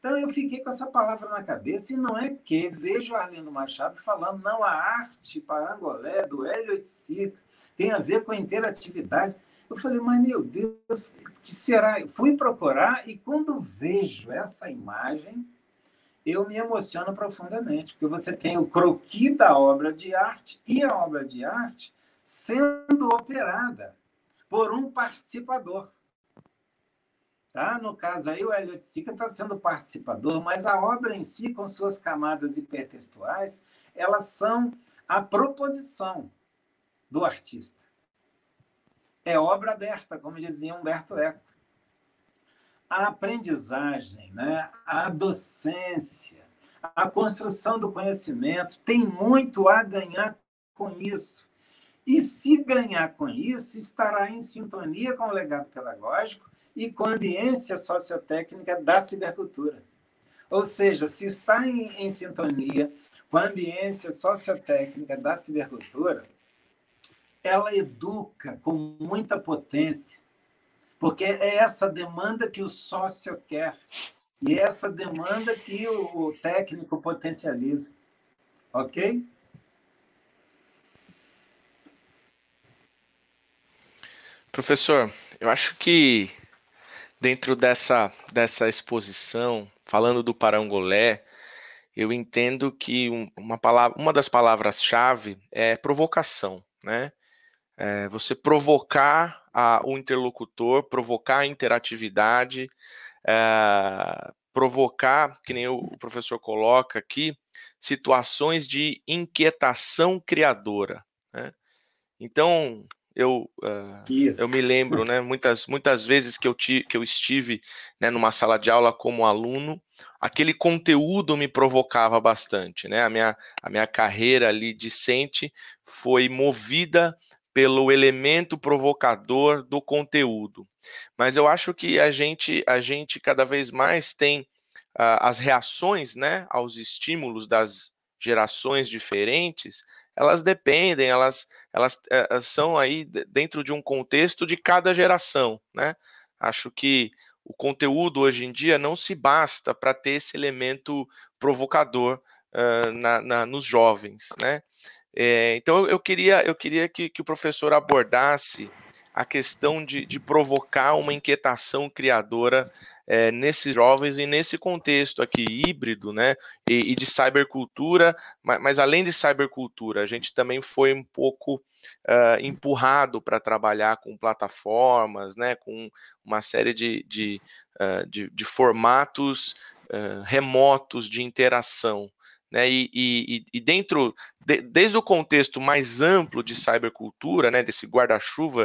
Então, eu fiquei com essa palavra na cabeça, e não é que vejo Arlindo Machado falando, não, a arte parangolé do Hélio Oiticica tem a ver com a interatividade. Eu falei, mas, meu Deus, o que será? Eu fui procurar, e quando vejo essa imagem, eu me emociono profundamente, porque você tem o croquis da obra de arte e a obra de arte sendo operada por um participador. Tá? No caso aí, o Hélio Oiticica está sendo participador, mas a obra em si, com suas camadas hipertextuais, elas são a proposição do artista. É obra aberta, como dizia Humberto Eco. A aprendizagem, né? A docência, a construção do conhecimento tem muito a ganhar com isso. E se ganhar com isso, estará em sintonia com o legado pedagógico e com a ambiência sociotécnica da cibercultura. Ou seja, se está em sintonia com a ambiência sociotécnica da cibercultura, ela educa com muita potência, porque é essa demanda que o sócio quer e é essa demanda que o técnico potencializa. Ok? Professor, eu acho que dentro dessa exposição, falando do parangolé, eu entendo que uma das palavras-chave é provocação, né? Você provocar o interlocutor, provocar a interatividade, provocar, que nem o professor coloca aqui, situações de inquietação criadora, né? Então, eu me lembro, né, muitas vezes que eu estive, né, numa sala de aula como aluno, aquele conteúdo me provocava bastante, né? A minha carreira ali discente foi movida pelo elemento provocador do conteúdo. Mas eu acho que a gente cada vez mais tem as reações, né, aos estímulos das gerações diferentes, elas dependem, elas são aí dentro de um contexto de cada geração, né? Acho que o conteúdo hoje em dia não se basta para ter esse elemento provocador nos jovens, né? Então eu queria que o professor abordasse a questão de provocar uma inquietação criadora nesses jovens e nesse contexto aqui híbrido, né, e de cybercultura, mas além de cybercultura, a gente também foi um pouco empurrado para trabalhar com plataformas, né, com uma série de formatos remotos de interação, né, e dentro, desde o contexto mais amplo de cybercultura, né, desse guarda-chuva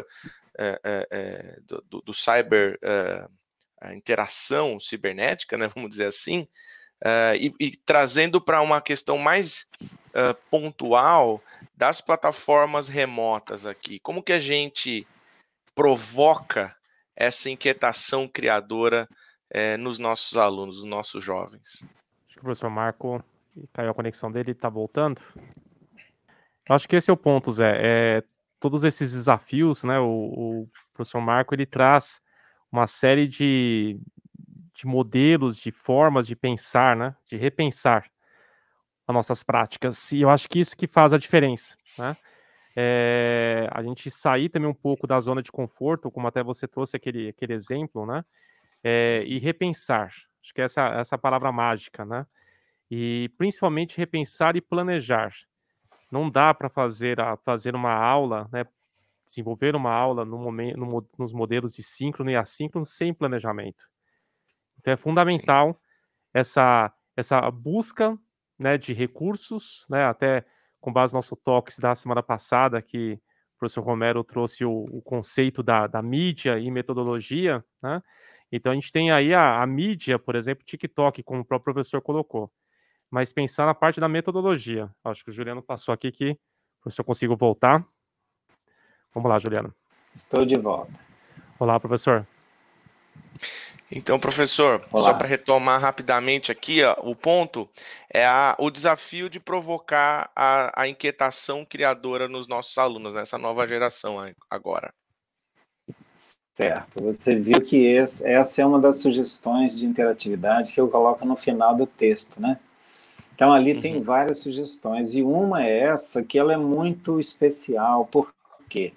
do cyber, a interação cibernética, né, vamos dizer assim, e trazendo para uma questão mais pontual das plataformas remotas aqui. Como que a gente provoca essa inquietação criadora nos nossos alunos, nos nossos jovens? Acho que o professor Marco caiu a conexão dele e está voltando. Eu acho que esse é o ponto, Zé. Todos esses desafios, né? O professor Marco ele traz uma série de modelos, de formas de pensar, né? De repensar as nossas práticas. E eu acho que isso que faz a diferença, né? A gente sair também um pouco da zona de conforto, como até você trouxe aquele exemplo, né? E repensar. Acho que essa é a palavra mágica, né? E principalmente repensar e planejar. Não dá para fazer uma aula, né, desenvolver uma aula nos modelos de síncrono e assíncrono sem planejamento. Então é fundamental essa busca, né, de recursos, né, até com base no nosso talks da semana passada, que o professor Romero trouxe o conceito da mídia e metodologia, né? Então a gente tem aí a mídia, por exemplo, TikTok, como o próprio professor colocou, mas pensar na parte da metodologia. Acho que o Juliano passou aqui que se eu consigo voltar. Vamos lá, Juliano. Estou de volta. Olá, professor. Então, professor, só para retomar rapidamente aqui, ó, o ponto é o desafio de provocar a inquietação criadora nos nossos alunos, nessa nova geração agora. Certo, você viu que essa é uma das sugestões de interatividade que eu coloco no final do texto, né? Então, ali tem várias sugestões, e uma é essa, que ela é muito especial. Por quê?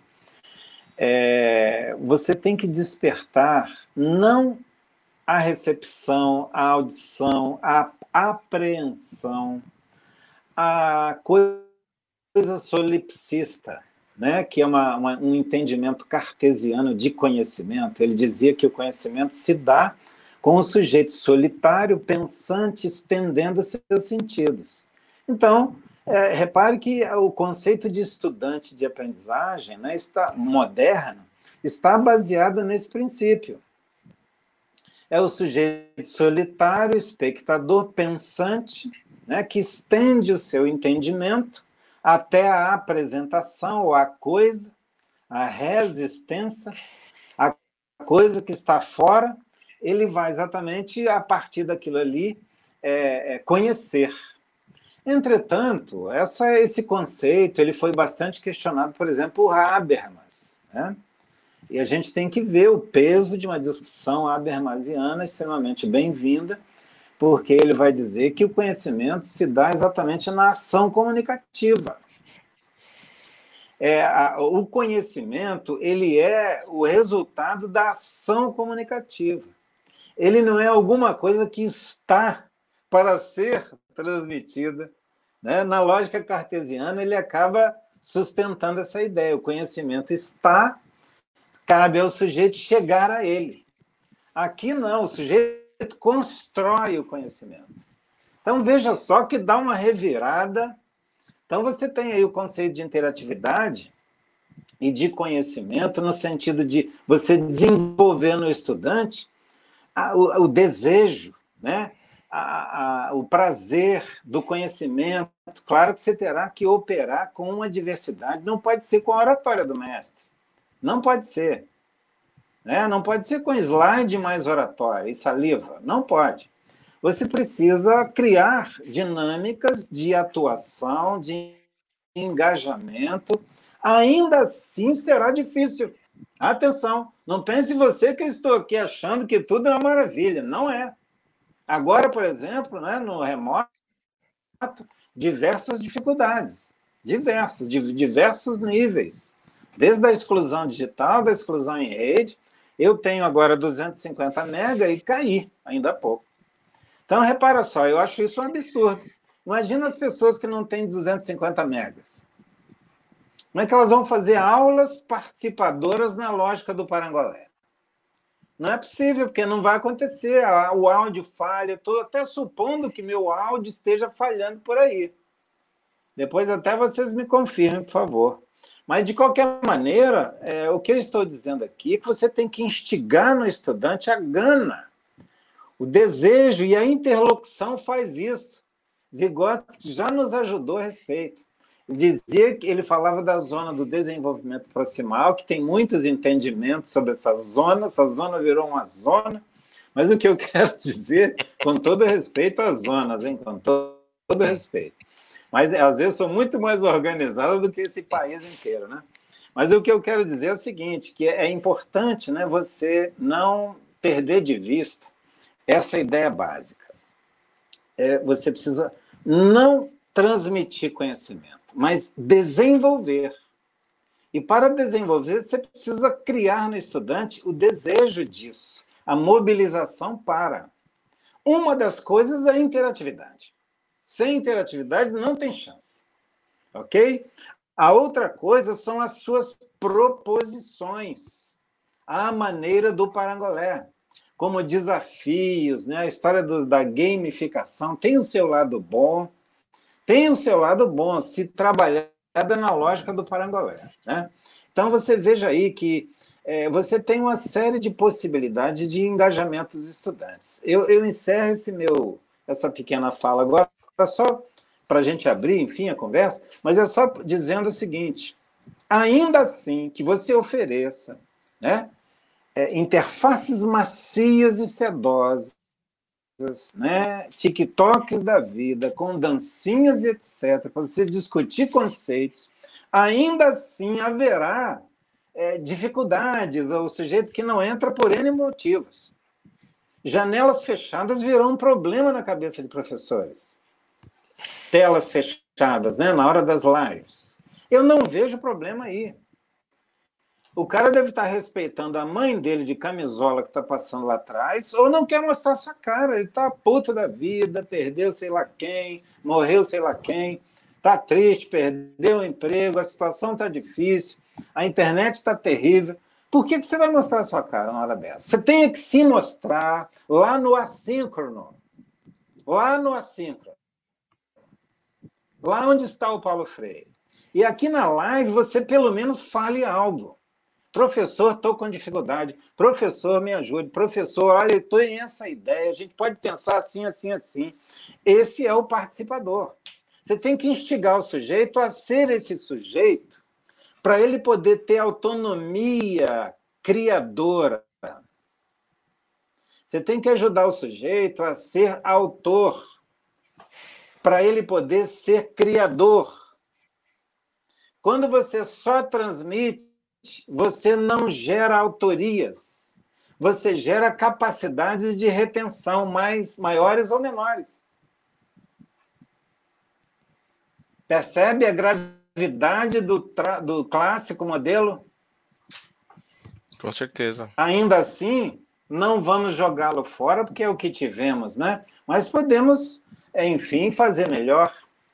Você tem que despertar não a recepção, a audição, a apreensão, a coisa solipsista, né? Que é um entendimento cartesiano de conhecimento. Ele dizia que o conhecimento se dá com o sujeito solitário, pensante, estendendo seus sentidos. Então, repare que o conceito de estudante de aprendizagem, né, moderno, está baseado nesse princípio. É o sujeito solitário, espectador, pensante, né, que estende o seu entendimento até a apresentação, ou a coisa, a resistência, a coisa que está fora. Ele vai exatamente, a partir daquilo ali, conhecer. Entretanto, esse conceito ele foi bastante questionado, por exemplo, por Habermas, né? E a gente tem que ver o peso de uma discussão habermasiana extremamente bem-vinda, porque ele vai dizer que o conhecimento se dá exatamente na ação comunicativa. O conhecimento ele é o resultado da ação comunicativa. Ele não é alguma coisa que está para ser transmitida, né? Na lógica cartesiana, ele acaba sustentando essa ideia. O conhecimento está, cabe ao sujeito chegar a ele. Aqui não, o sujeito constrói o conhecimento. Então, veja só que dá uma revirada. Então, você tem aí o conceito de interatividade e de conhecimento no sentido de você desenvolver no estudante o desejo, né? O prazer do conhecimento. Claro que você terá que operar com uma diversidade, não pode ser com a oratória do mestre, não pode ser, né? Não pode ser com slide mais oratória e saliva, não pode. Você precisa criar dinâmicas de atuação, de engajamento. Ainda assim será difícil. Atenção, não pense você que eu estou aqui achando que tudo é uma maravilha. Não é. Agora, por exemplo, né, no remoto, diversas dificuldades, de diversos níveis. Desde a exclusão digital, da exclusão em rede. Eu tenho agora 250 mega e caí ainda há pouco. Então, repara só, eu acho isso um absurdo. Imagina as pessoas que não têm 250 megas. Como é que elas vão fazer aulas participadoras na lógica do Parangolé? Não é possível, porque não vai acontecer. O áudio falha. Estou até supondo que meu áudio esteja falhando por aí. Depois até vocês me confirmem, por favor. Mas, de qualquer maneira, o que eu estou dizendo aqui é que você tem que instigar no estudante a gana. O desejo e a interlocução faz isso. Vygotsky já nos ajudou a respeito. Ele falava da zona do desenvolvimento proximal, que tem muitos entendimentos sobre essa zona virou uma zona, mas o que eu quero dizer, com todo respeito às zonas, hein? Com todo respeito. Mas, às vezes, sou muito mais organizado do que esse país inteiro, né? Mas o que eu quero dizer é o seguinte, que é importante, né, você não perder de vista essa ideia básica. Você precisa não transmitir conhecimento, mas desenvolver. E para desenvolver, você precisa criar no estudante o desejo disso, a mobilização para. Uma das coisas é a interatividade. Sem interatividade não tem chance. Ok? A outra coisa são as suas proposições, à maneira do Parangolé, como desafios, né? A história da gamificação tem o seu lado bom, se trabalhada na lógica do Parangolé, né? Então, você veja aí que você tem uma série de possibilidades de engajamento dos estudantes. Eu encerro essa pequena fala agora, só para a gente abrir, enfim, a conversa, mas é só dizendo o seguinte, ainda assim que você ofereça, né, interfaces macias e sedosas, né, TikToks da vida, com dancinhas e etc., para você discutir conceitos, ainda assim haverá dificuldades, o sujeito que não entra por N motivos. Janelas fechadas virou um problema na cabeça de professores. Telas fechadas, né, na hora das lives. Eu não vejo problema aí. O cara deve estar respeitando a mãe dele de camisola que está passando lá atrás, ou não quer mostrar sua cara. Ele está puto da vida, perdeu sei lá quem, morreu sei lá quem, está triste, perdeu o emprego, a situação está difícil, a internet está terrível. Por que você vai mostrar sua cara na hora dessa? Você tem que se mostrar lá no assíncrono. Lá no assíncrono. Lá onde está o Paulo Freire. E aqui na live você pelo menos fale algo. Professor, estou com dificuldade. Professor, me ajude. Professor, olha, eu estou em essa ideia. A gente pode pensar assim, assim, assim. Esse é o participador. Você tem que instigar o sujeito a ser esse sujeito para ele poder ter autonomia criadora. Você tem que ajudar o sujeito a ser autor, para ele poder ser criador. Quando você só transmite, você não gera autorias. Você gera capacidades de retenção maiores ou menores. Percebe a gravidade do clássico modelo? Com certeza. Ainda assim, não vamos jogá-lo fora, porque é o que tivemos, né? Mas podemos, enfim, fazer melhor.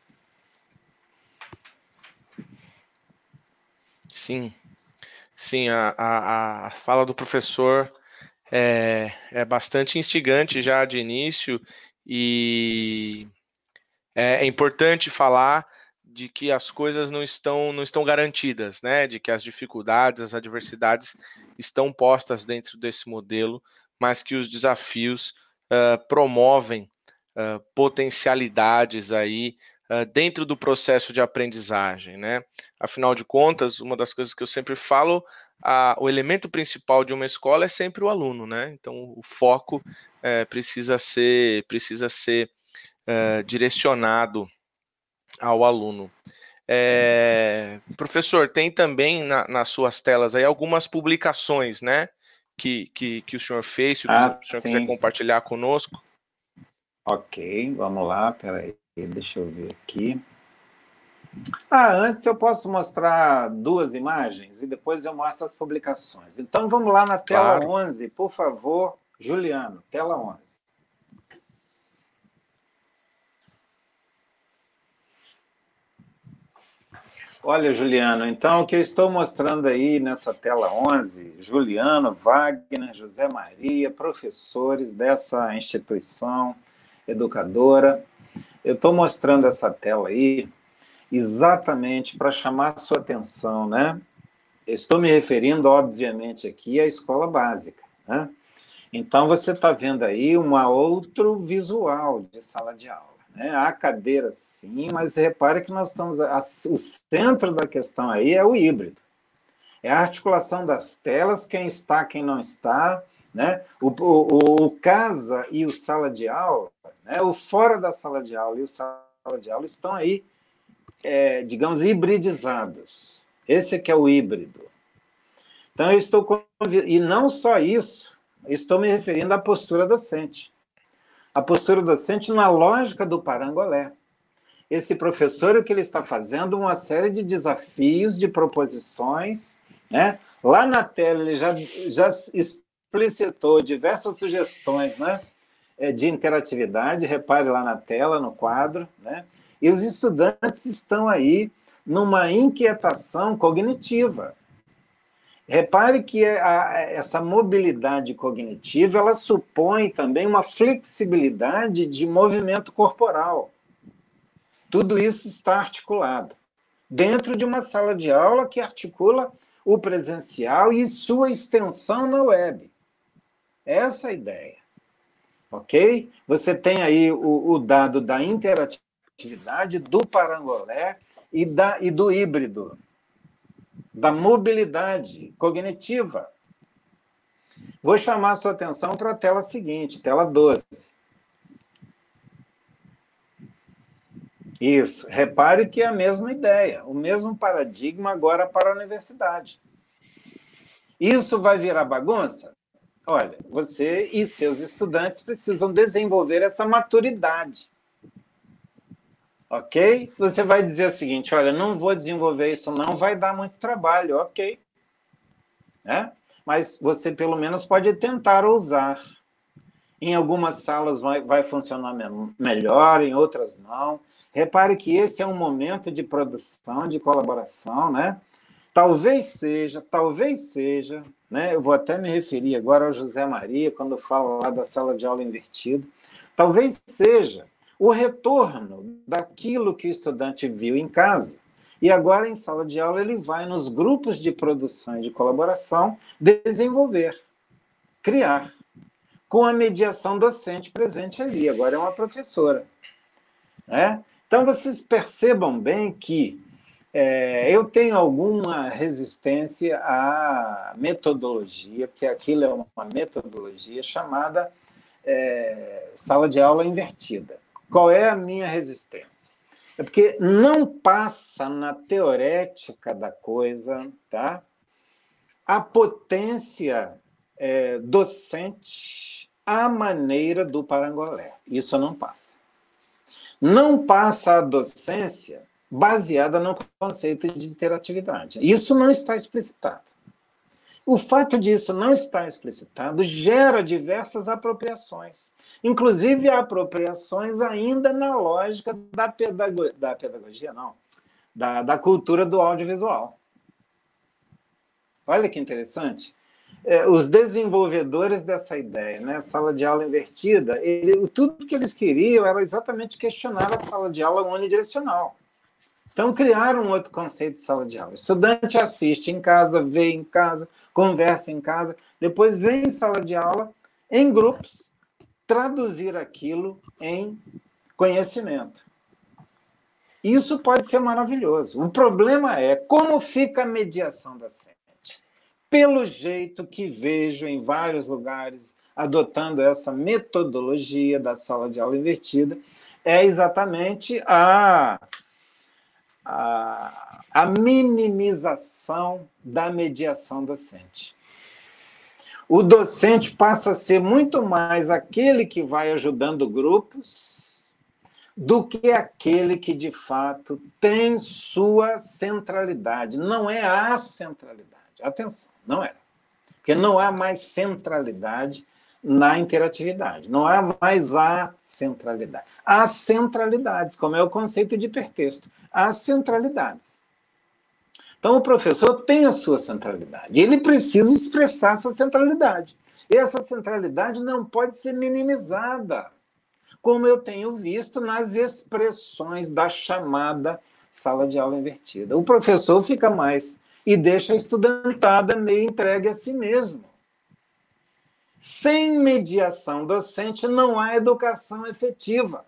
Sim. Sim, a fala do professor é bastante instigante já de início, e é importante falar de que as coisas não estão garantidas, né? De que as dificuldades, as adversidades estão postas dentro desse modelo, mas que os desafios promovem potencialidades aí dentro do processo de aprendizagem, né? Afinal de contas, uma das coisas que eu sempre falo, o elemento principal de uma escola é sempre o aluno, né? Então, o foco precisa ser direcionado ao aluno. Professor, tem também nas suas telas aí algumas publicações, né? Que o senhor fez, se o senhor quiser compartilhar conosco. Ok, vamos lá, peraí, deixa eu ver aqui. Antes eu posso mostrar duas imagens e depois eu mostro as publicações. Então vamos lá na tela 11, por favor, Juliano, tela 11. Olha, Juliano, então o que eu estou mostrando aí nessa tela 11, Juliano, Wagner, José Maria, professores dessa instituição educadora, eu estou mostrando essa tela aí exatamente para chamar a sua atenção, né? Estou me referindo, obviamente, aqui à escola básica, né? Então, você está vendo aí um outro visual de sala de aula, né? Há cadeira, sim, mas repare que nós estamos... O centro da questão aí é o híbrido. É a articulação das telas, quem está, quem não está, né? O casa e o sala de aula, né? O fora da sala de aula e o sala de aula estão aí, digamos, hibridizados. Esse que é o híbrido. Então, eu estou... E não só isso, estou me referindo à postura docente. A postura docente na lógica do parangolé. Esse professor, o que ele está fazendo? Uma série de desafios, de proposições, né? Lá na tela, ele já explicitou diversas sugestões, né? De interatividade, repare lá na tela, no quadro, né? E os estudantes estão aí numa inquietação cognitiva. Repare que essa mobilidade cognitiva, ela supõe também uma flexibilidade de movimento corporal. Tudo isso está articulado dentro de uma sala de aula que articula o presencial e sua extensão na web. Essa é a ideia. Ok? Você tem aí o dado da interatividade, do parangolé e do híbrido, da mobilidade cognitiva. Vou chamar a sua atenção para a tela seguinte, tela 12. Isso. Repare que é a mesma ideia, o mesmo paradigma agora para a universidade. Isso vai virar bagunça? Olha, você e seus estudantes precisam desenvolver essa maturidade. Ok? Você vai dizer o seguinte, olha, não vou desenvolver isso não, vai dar muito trabalho, ok. Né? Mas você pelo menos pode tentar usar. Em algumas salas vai funcionar melhor, em outras não. Repare que esse é um momento de produção, de colaboração, né? Talvez seja, né? Eu vou até me referir agora ao José Maria, quando falo lá da sala de aula invertida, talvez seja o retorno daquilo que o estudante viu em casa, e agora em sala de aula ele vai nos grupos de produção e de colaboração desenvolver, criar, com a mediação docente presente ali, agora é uma professora. Né? Então, vocês percebam bem que eu tenho alguma resistência à metodologia, porque aquilo é uma metodologia chamada sala de aula invertida. Qual é a minha resistência? É porque não passa na teorética da coisa, tá? A potência docente à maneira do Parangolé. Isso não passa. Não passa a docência baseada no conceito de interatividade. Isso não está explicitado. O fato disso não estar explicitado gera diversas apropriações, inclusive apropriações ainda na lógica da pedagogia, não, da cultura do audiovisual. Olha que interessante. Os desenvolvedores dessa ideia, né, sala de aula invertida, tudo que eles queriam era exatamente questionar a sala de aula unidirecional. Então, criaram um outro conceito de sala de aula. O estudante assiste em casa, vê em casa, conversa em casa, depois vem em sala de aula, em grupos, traduzir aquilo em conhecimento. Isso pode ser maravilhoso. O problema é como fica a mediação docente. Pelo jeito que vejo em vários lugares, adotando essa metodologia da sala de aula invertida, é exatamente a minimização da mediação docente. O docente passa a ser muito mais aquele que vai ajudando grupos do que aquele que, de fato, tem sua centralidade. Não é a centralidade. Atenção, não é. Porque não há mais centralidade na interatividade. Não há mais a centralidade. Há centralidades, como é o conceito de hipertexto. Há centralidades. Então, o professor tem a sua centralidade. Ele precisa expressar essa centralidade. E essa centralidade não pode ser minimizada, como eu tenho visto nas expressões da chamada sala de aula invertida. O professor fica mais e deixa a estudantada meio entregue a si mesmo. Sem mediação docente não há educação efetiva.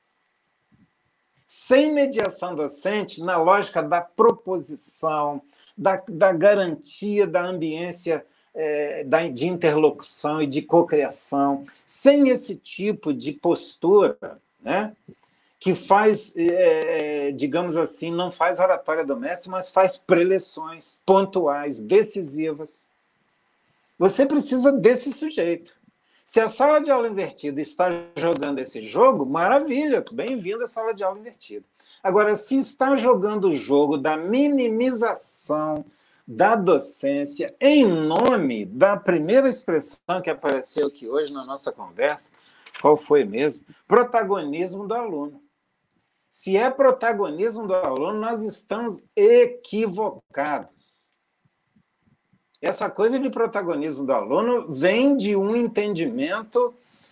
Sem mediação docente, na lógica da proposição, da garantia da ambiência de interlocução e de cocriação, sem esse tipo de postura, né, que faz, digamos assim, não faz oratória doméstica, mas faz preleções pontuais, decisivas. Você precisa desse sujeito. Se a sala de aula invertida está jogando esse jogo, maravilha, bem-vindo à sala de aula invertida. Agora, se está jogando o jogo da minimização da docência em nome da primeira expressão que apareceu aqui hoje na nossa conversa, qual foi mesmo? Protagonismo do aluno. Se é protagonismo do aluno, nós estamos equivocados. Essa coisa de protagonismo do aluno vem de um entendimento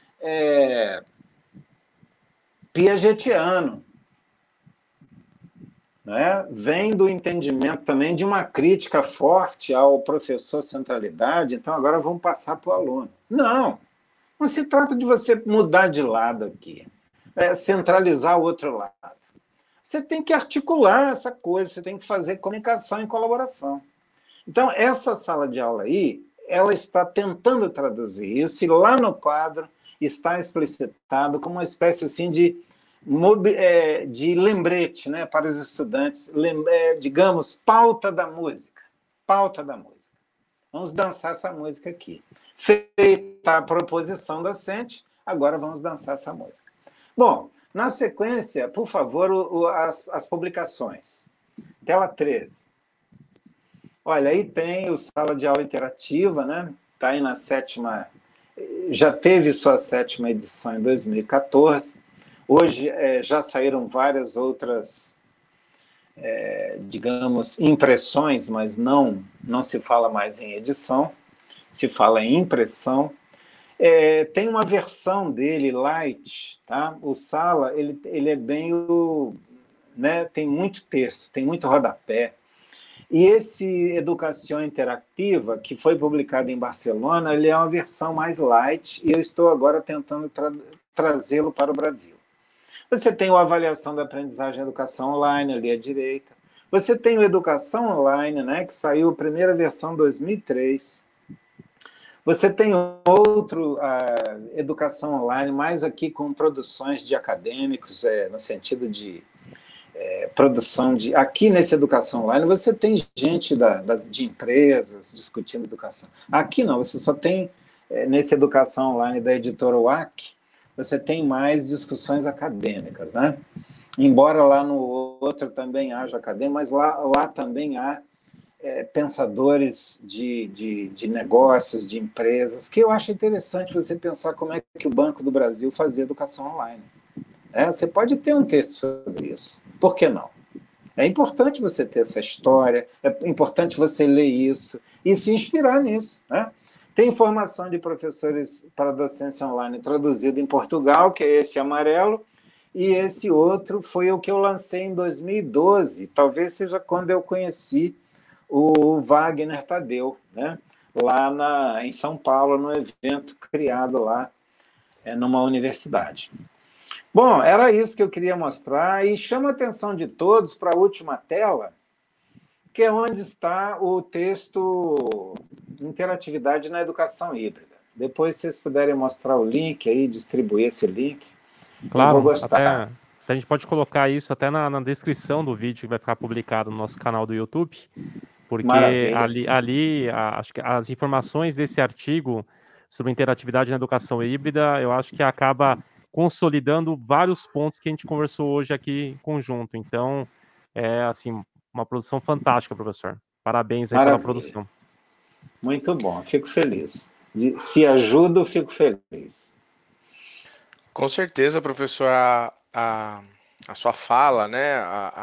piagetiano, né? Vem do entendimento também de uma crítica forte ao professor centralidade, então agora vamos passar para o aluno. Não se trata de você mudar de lado aqui, centralizar o outro lado. Você tem que articular essa coisa, você tem que fazer comunicação e colaboração. Então, essa sala de aula aí, ela está tentando traduzir isso, e lá no quadro está explicitado como uma espécie assim de lembrete, né, para os estudantes, digamos, pauta da música. Pauta da música. Vamos dançar essa música aqui. Feita a proposição docente, agora vamos dançar essa música. Bom, na sequência, por favor, as publicações. Tela 13. Olha, aí tem o Sala de Aula Interativa, né? Está aí na 7ª, já teve sua 7ª edição em 2014. Hoje já saíram várias outras, digamos, impressões, mas não se fala mais em edição, se fala em impressão. Tem uma versão dele, light, tá? O Sala, ele é bem né? Tem muito texto, tem muito rodapé. E esse Educação Interativa, que foi publicado em Barcelona, ele é uma versão mais light, e eu estou agora tentando trazê-lo para o Brasil. Você tem o Avaliação da Aprendizagem e Educação Online, ali à direita. Você tem o Educação Online, né, que saiu a primeira versão em 2003. Você tem outro, Educação Online, mais aqui com produções de acadêmicos, no sentido de produção de... Aqui nesse Educação Online você tem gente de empresas discutindo educação. Aqui não, você só tem, nesse Educação Online da editora WAC, você tem mais discussões acadêmicas, né? Embora lá no outro também haja acadêmico, mas lá também há pensadores de negócios, de empresas, que eu acho interessante você pensar como é que o Banco do Brasil fazia educação online. Você pode ter um texto sobre isso. Por que não? É importante você ter essa história, é importante você ler isso e se inspirar nisso, né? Tem formação de professores para docência online traduzido em Portugal, que é esse amarelo, e esse outro foi o que eu lancei em 2012, talvez seja quando eu conheci o Wagner Tadeu, né? Lá em São Paulo, num evento criado lá numa universidade. Bom, era isso que eu queria mostrar, e chama a atenção de todos para a última tela, que é onde está o texto Interatividade na Educação Híbrida. Depois, se vocês puderem mostrar o link aí, distribuir esse link, claro, eu vou gostar. Até a gente pode colocar isso até na descrição do vídeo que vai ficar publicado no nosso canal do YouTube, porque acho que as informações desse artigo sobre interatividade na educação híbrida, eu acho que acaba consolidando vários pontos que a gente conversou hoje aqui em conjunto. Então, assim, uma produção fantástica, professor. Parabéns aí pela produção. Muito bom, fico feliz. Se ajudo, fico feliz. Com certeza, professor, a sua fala, né,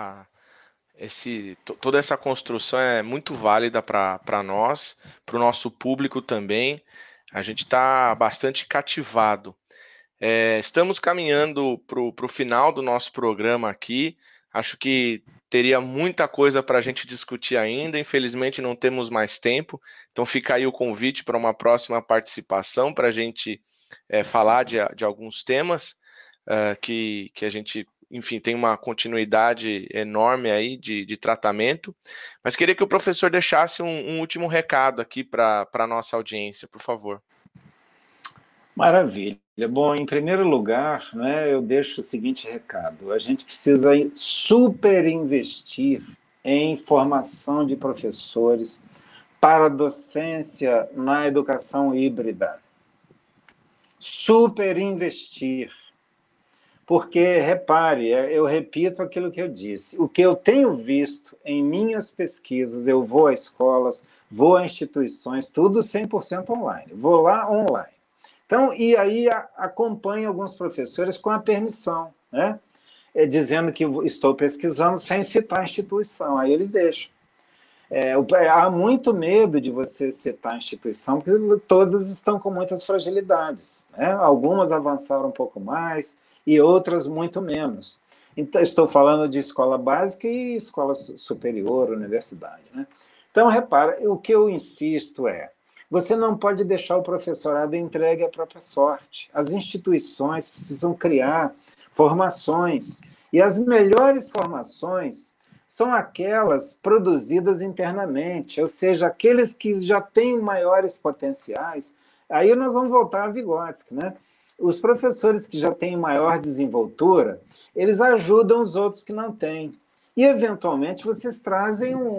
toda essa construção é muito válida para nós, para o nosso público também. A gente está bastante cativado. Estamos caminhando para o final do nosso programa aqui. Acho que teria muita coisa para a gente discutir ainda. Infelizmente, não temos mais tempo. Então, fica aí o convite para uma próxima participação para a gente falar de alguns temas que a gente, enfim, tem uma continuidade enorme aí de tratamento. Mas queria que o professor deixasse um último recado aqui para a nossa audiência, por favor. Maravilha. Bom, em primeiro lugar, né, eu deixo o seguinte recado. A gente precisa super investir em formação de professores para docência na educação híbrida. Super investir. Porque, repare, eu repito aquilo que eu disse. O que eu tenho visto em minhas pesquisas, eu vou a escolas, vou a instituições, tudo 100% online. Vou lá online. Então, e aí acompanho alguns professores com a permissão, né? Dizendo que estou pesquisando sem citar a instituição, aí eles deixam. Há muito medo de você citar a instituição, porque todas estão com muitas fragilidades, né? Algumas avançaram um pouco mais e outras muito menos. Então, estou falando de escola básica e escola superior, universidade, né? Então, repara, o que eu insisto você não pode deixar o professorado entregue à própria sorte. As instituições precisam criar formações. E as melhores formações são aquelas produzidas internamente, ou seja, aqueles que já têm maiores potenciais. Aí nós vamos voltar a Vygotsky, né? Os professores que já têm maior desenvoltura, eles ajudam os outros que não têm. E, eventualmente, vocês trazem um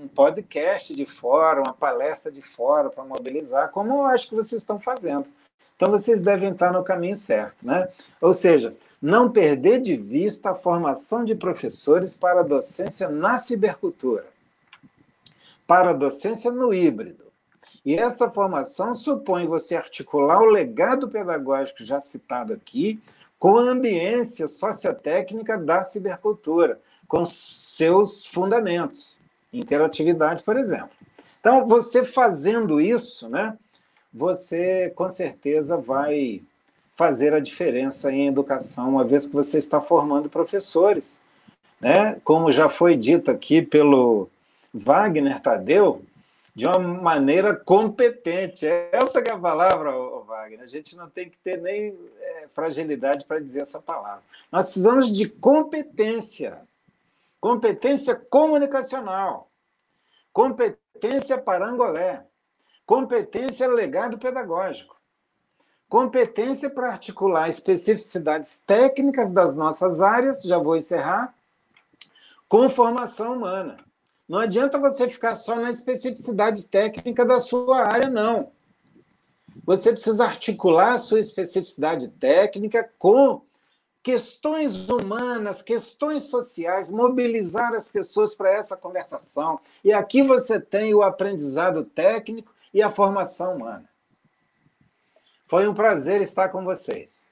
um podcast de fora, uma palestra de fora para mobilizar, como eu acho que vocês estão fazendo. Então, vocês devem estar no caminho certo, né? Ou seja, não perder de vista a formação de professores para a docência na cibercultura, para a docência no híbrido. E essa formação supõe você articular o legado pedagógico já citado aqui com a ambiência sociotécnica da cibercultura, com seus fundamentos, interatividade, por exemplo. Então, você fazendo isso, né, você com certeza vai fazer a diferença em educação, uma vez que você está formando professores, né? Como já foi dito aqui pelo Wagner Tadeu, de uma maneira competente. Essa que é a palavra, Wagner. A gente não tem que ter nem fragilidade para dizer essa palavra. Nós precisamos de competência. Competência comunicacional. Competência parangolé. Competência legado pedagógico. Competência para articular especificidades técnicas das nossas áreas, já vou encerrar, com formação humana. Não adianta você ficar só na especificidade técnica da sua área, não. Você precisa articular a sua especificidade técnica com questões humanas, questões sociais, mobilizar as pessoas para essa conversação. E aqui você tem o aprendizado técnico e a formação humana. Foi um prazer estar com vocês.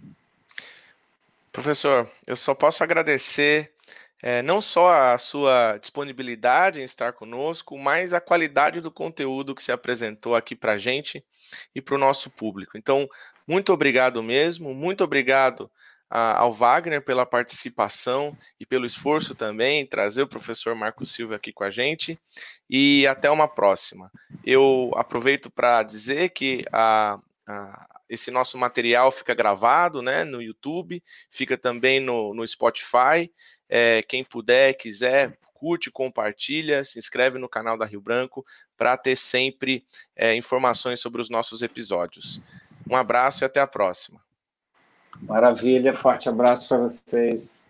Professor, eu só posso agradecer não só a sua disponibilidade em estar conosco, mas a qualidade do conteúdo que você apresentou aqui para a gente e para o nosso público. Então, muito obrigado mesmo, muito obrigado ao Wagner pela participação e pelo esforço também em trazer o professor Marco Silva aqui com a gente, e até uma próxima. Eu aproveito para dizer que esse nosso material fica gravado, né, no YouTube, fica também no Spotify. Quem puder, quiser, curte, compartilha, se inscreve no canal da Rio Branco para ter sempre informações sobre os nossos episódios. Um abraço e até a próxima. Maravilha, forte abraço para vocês.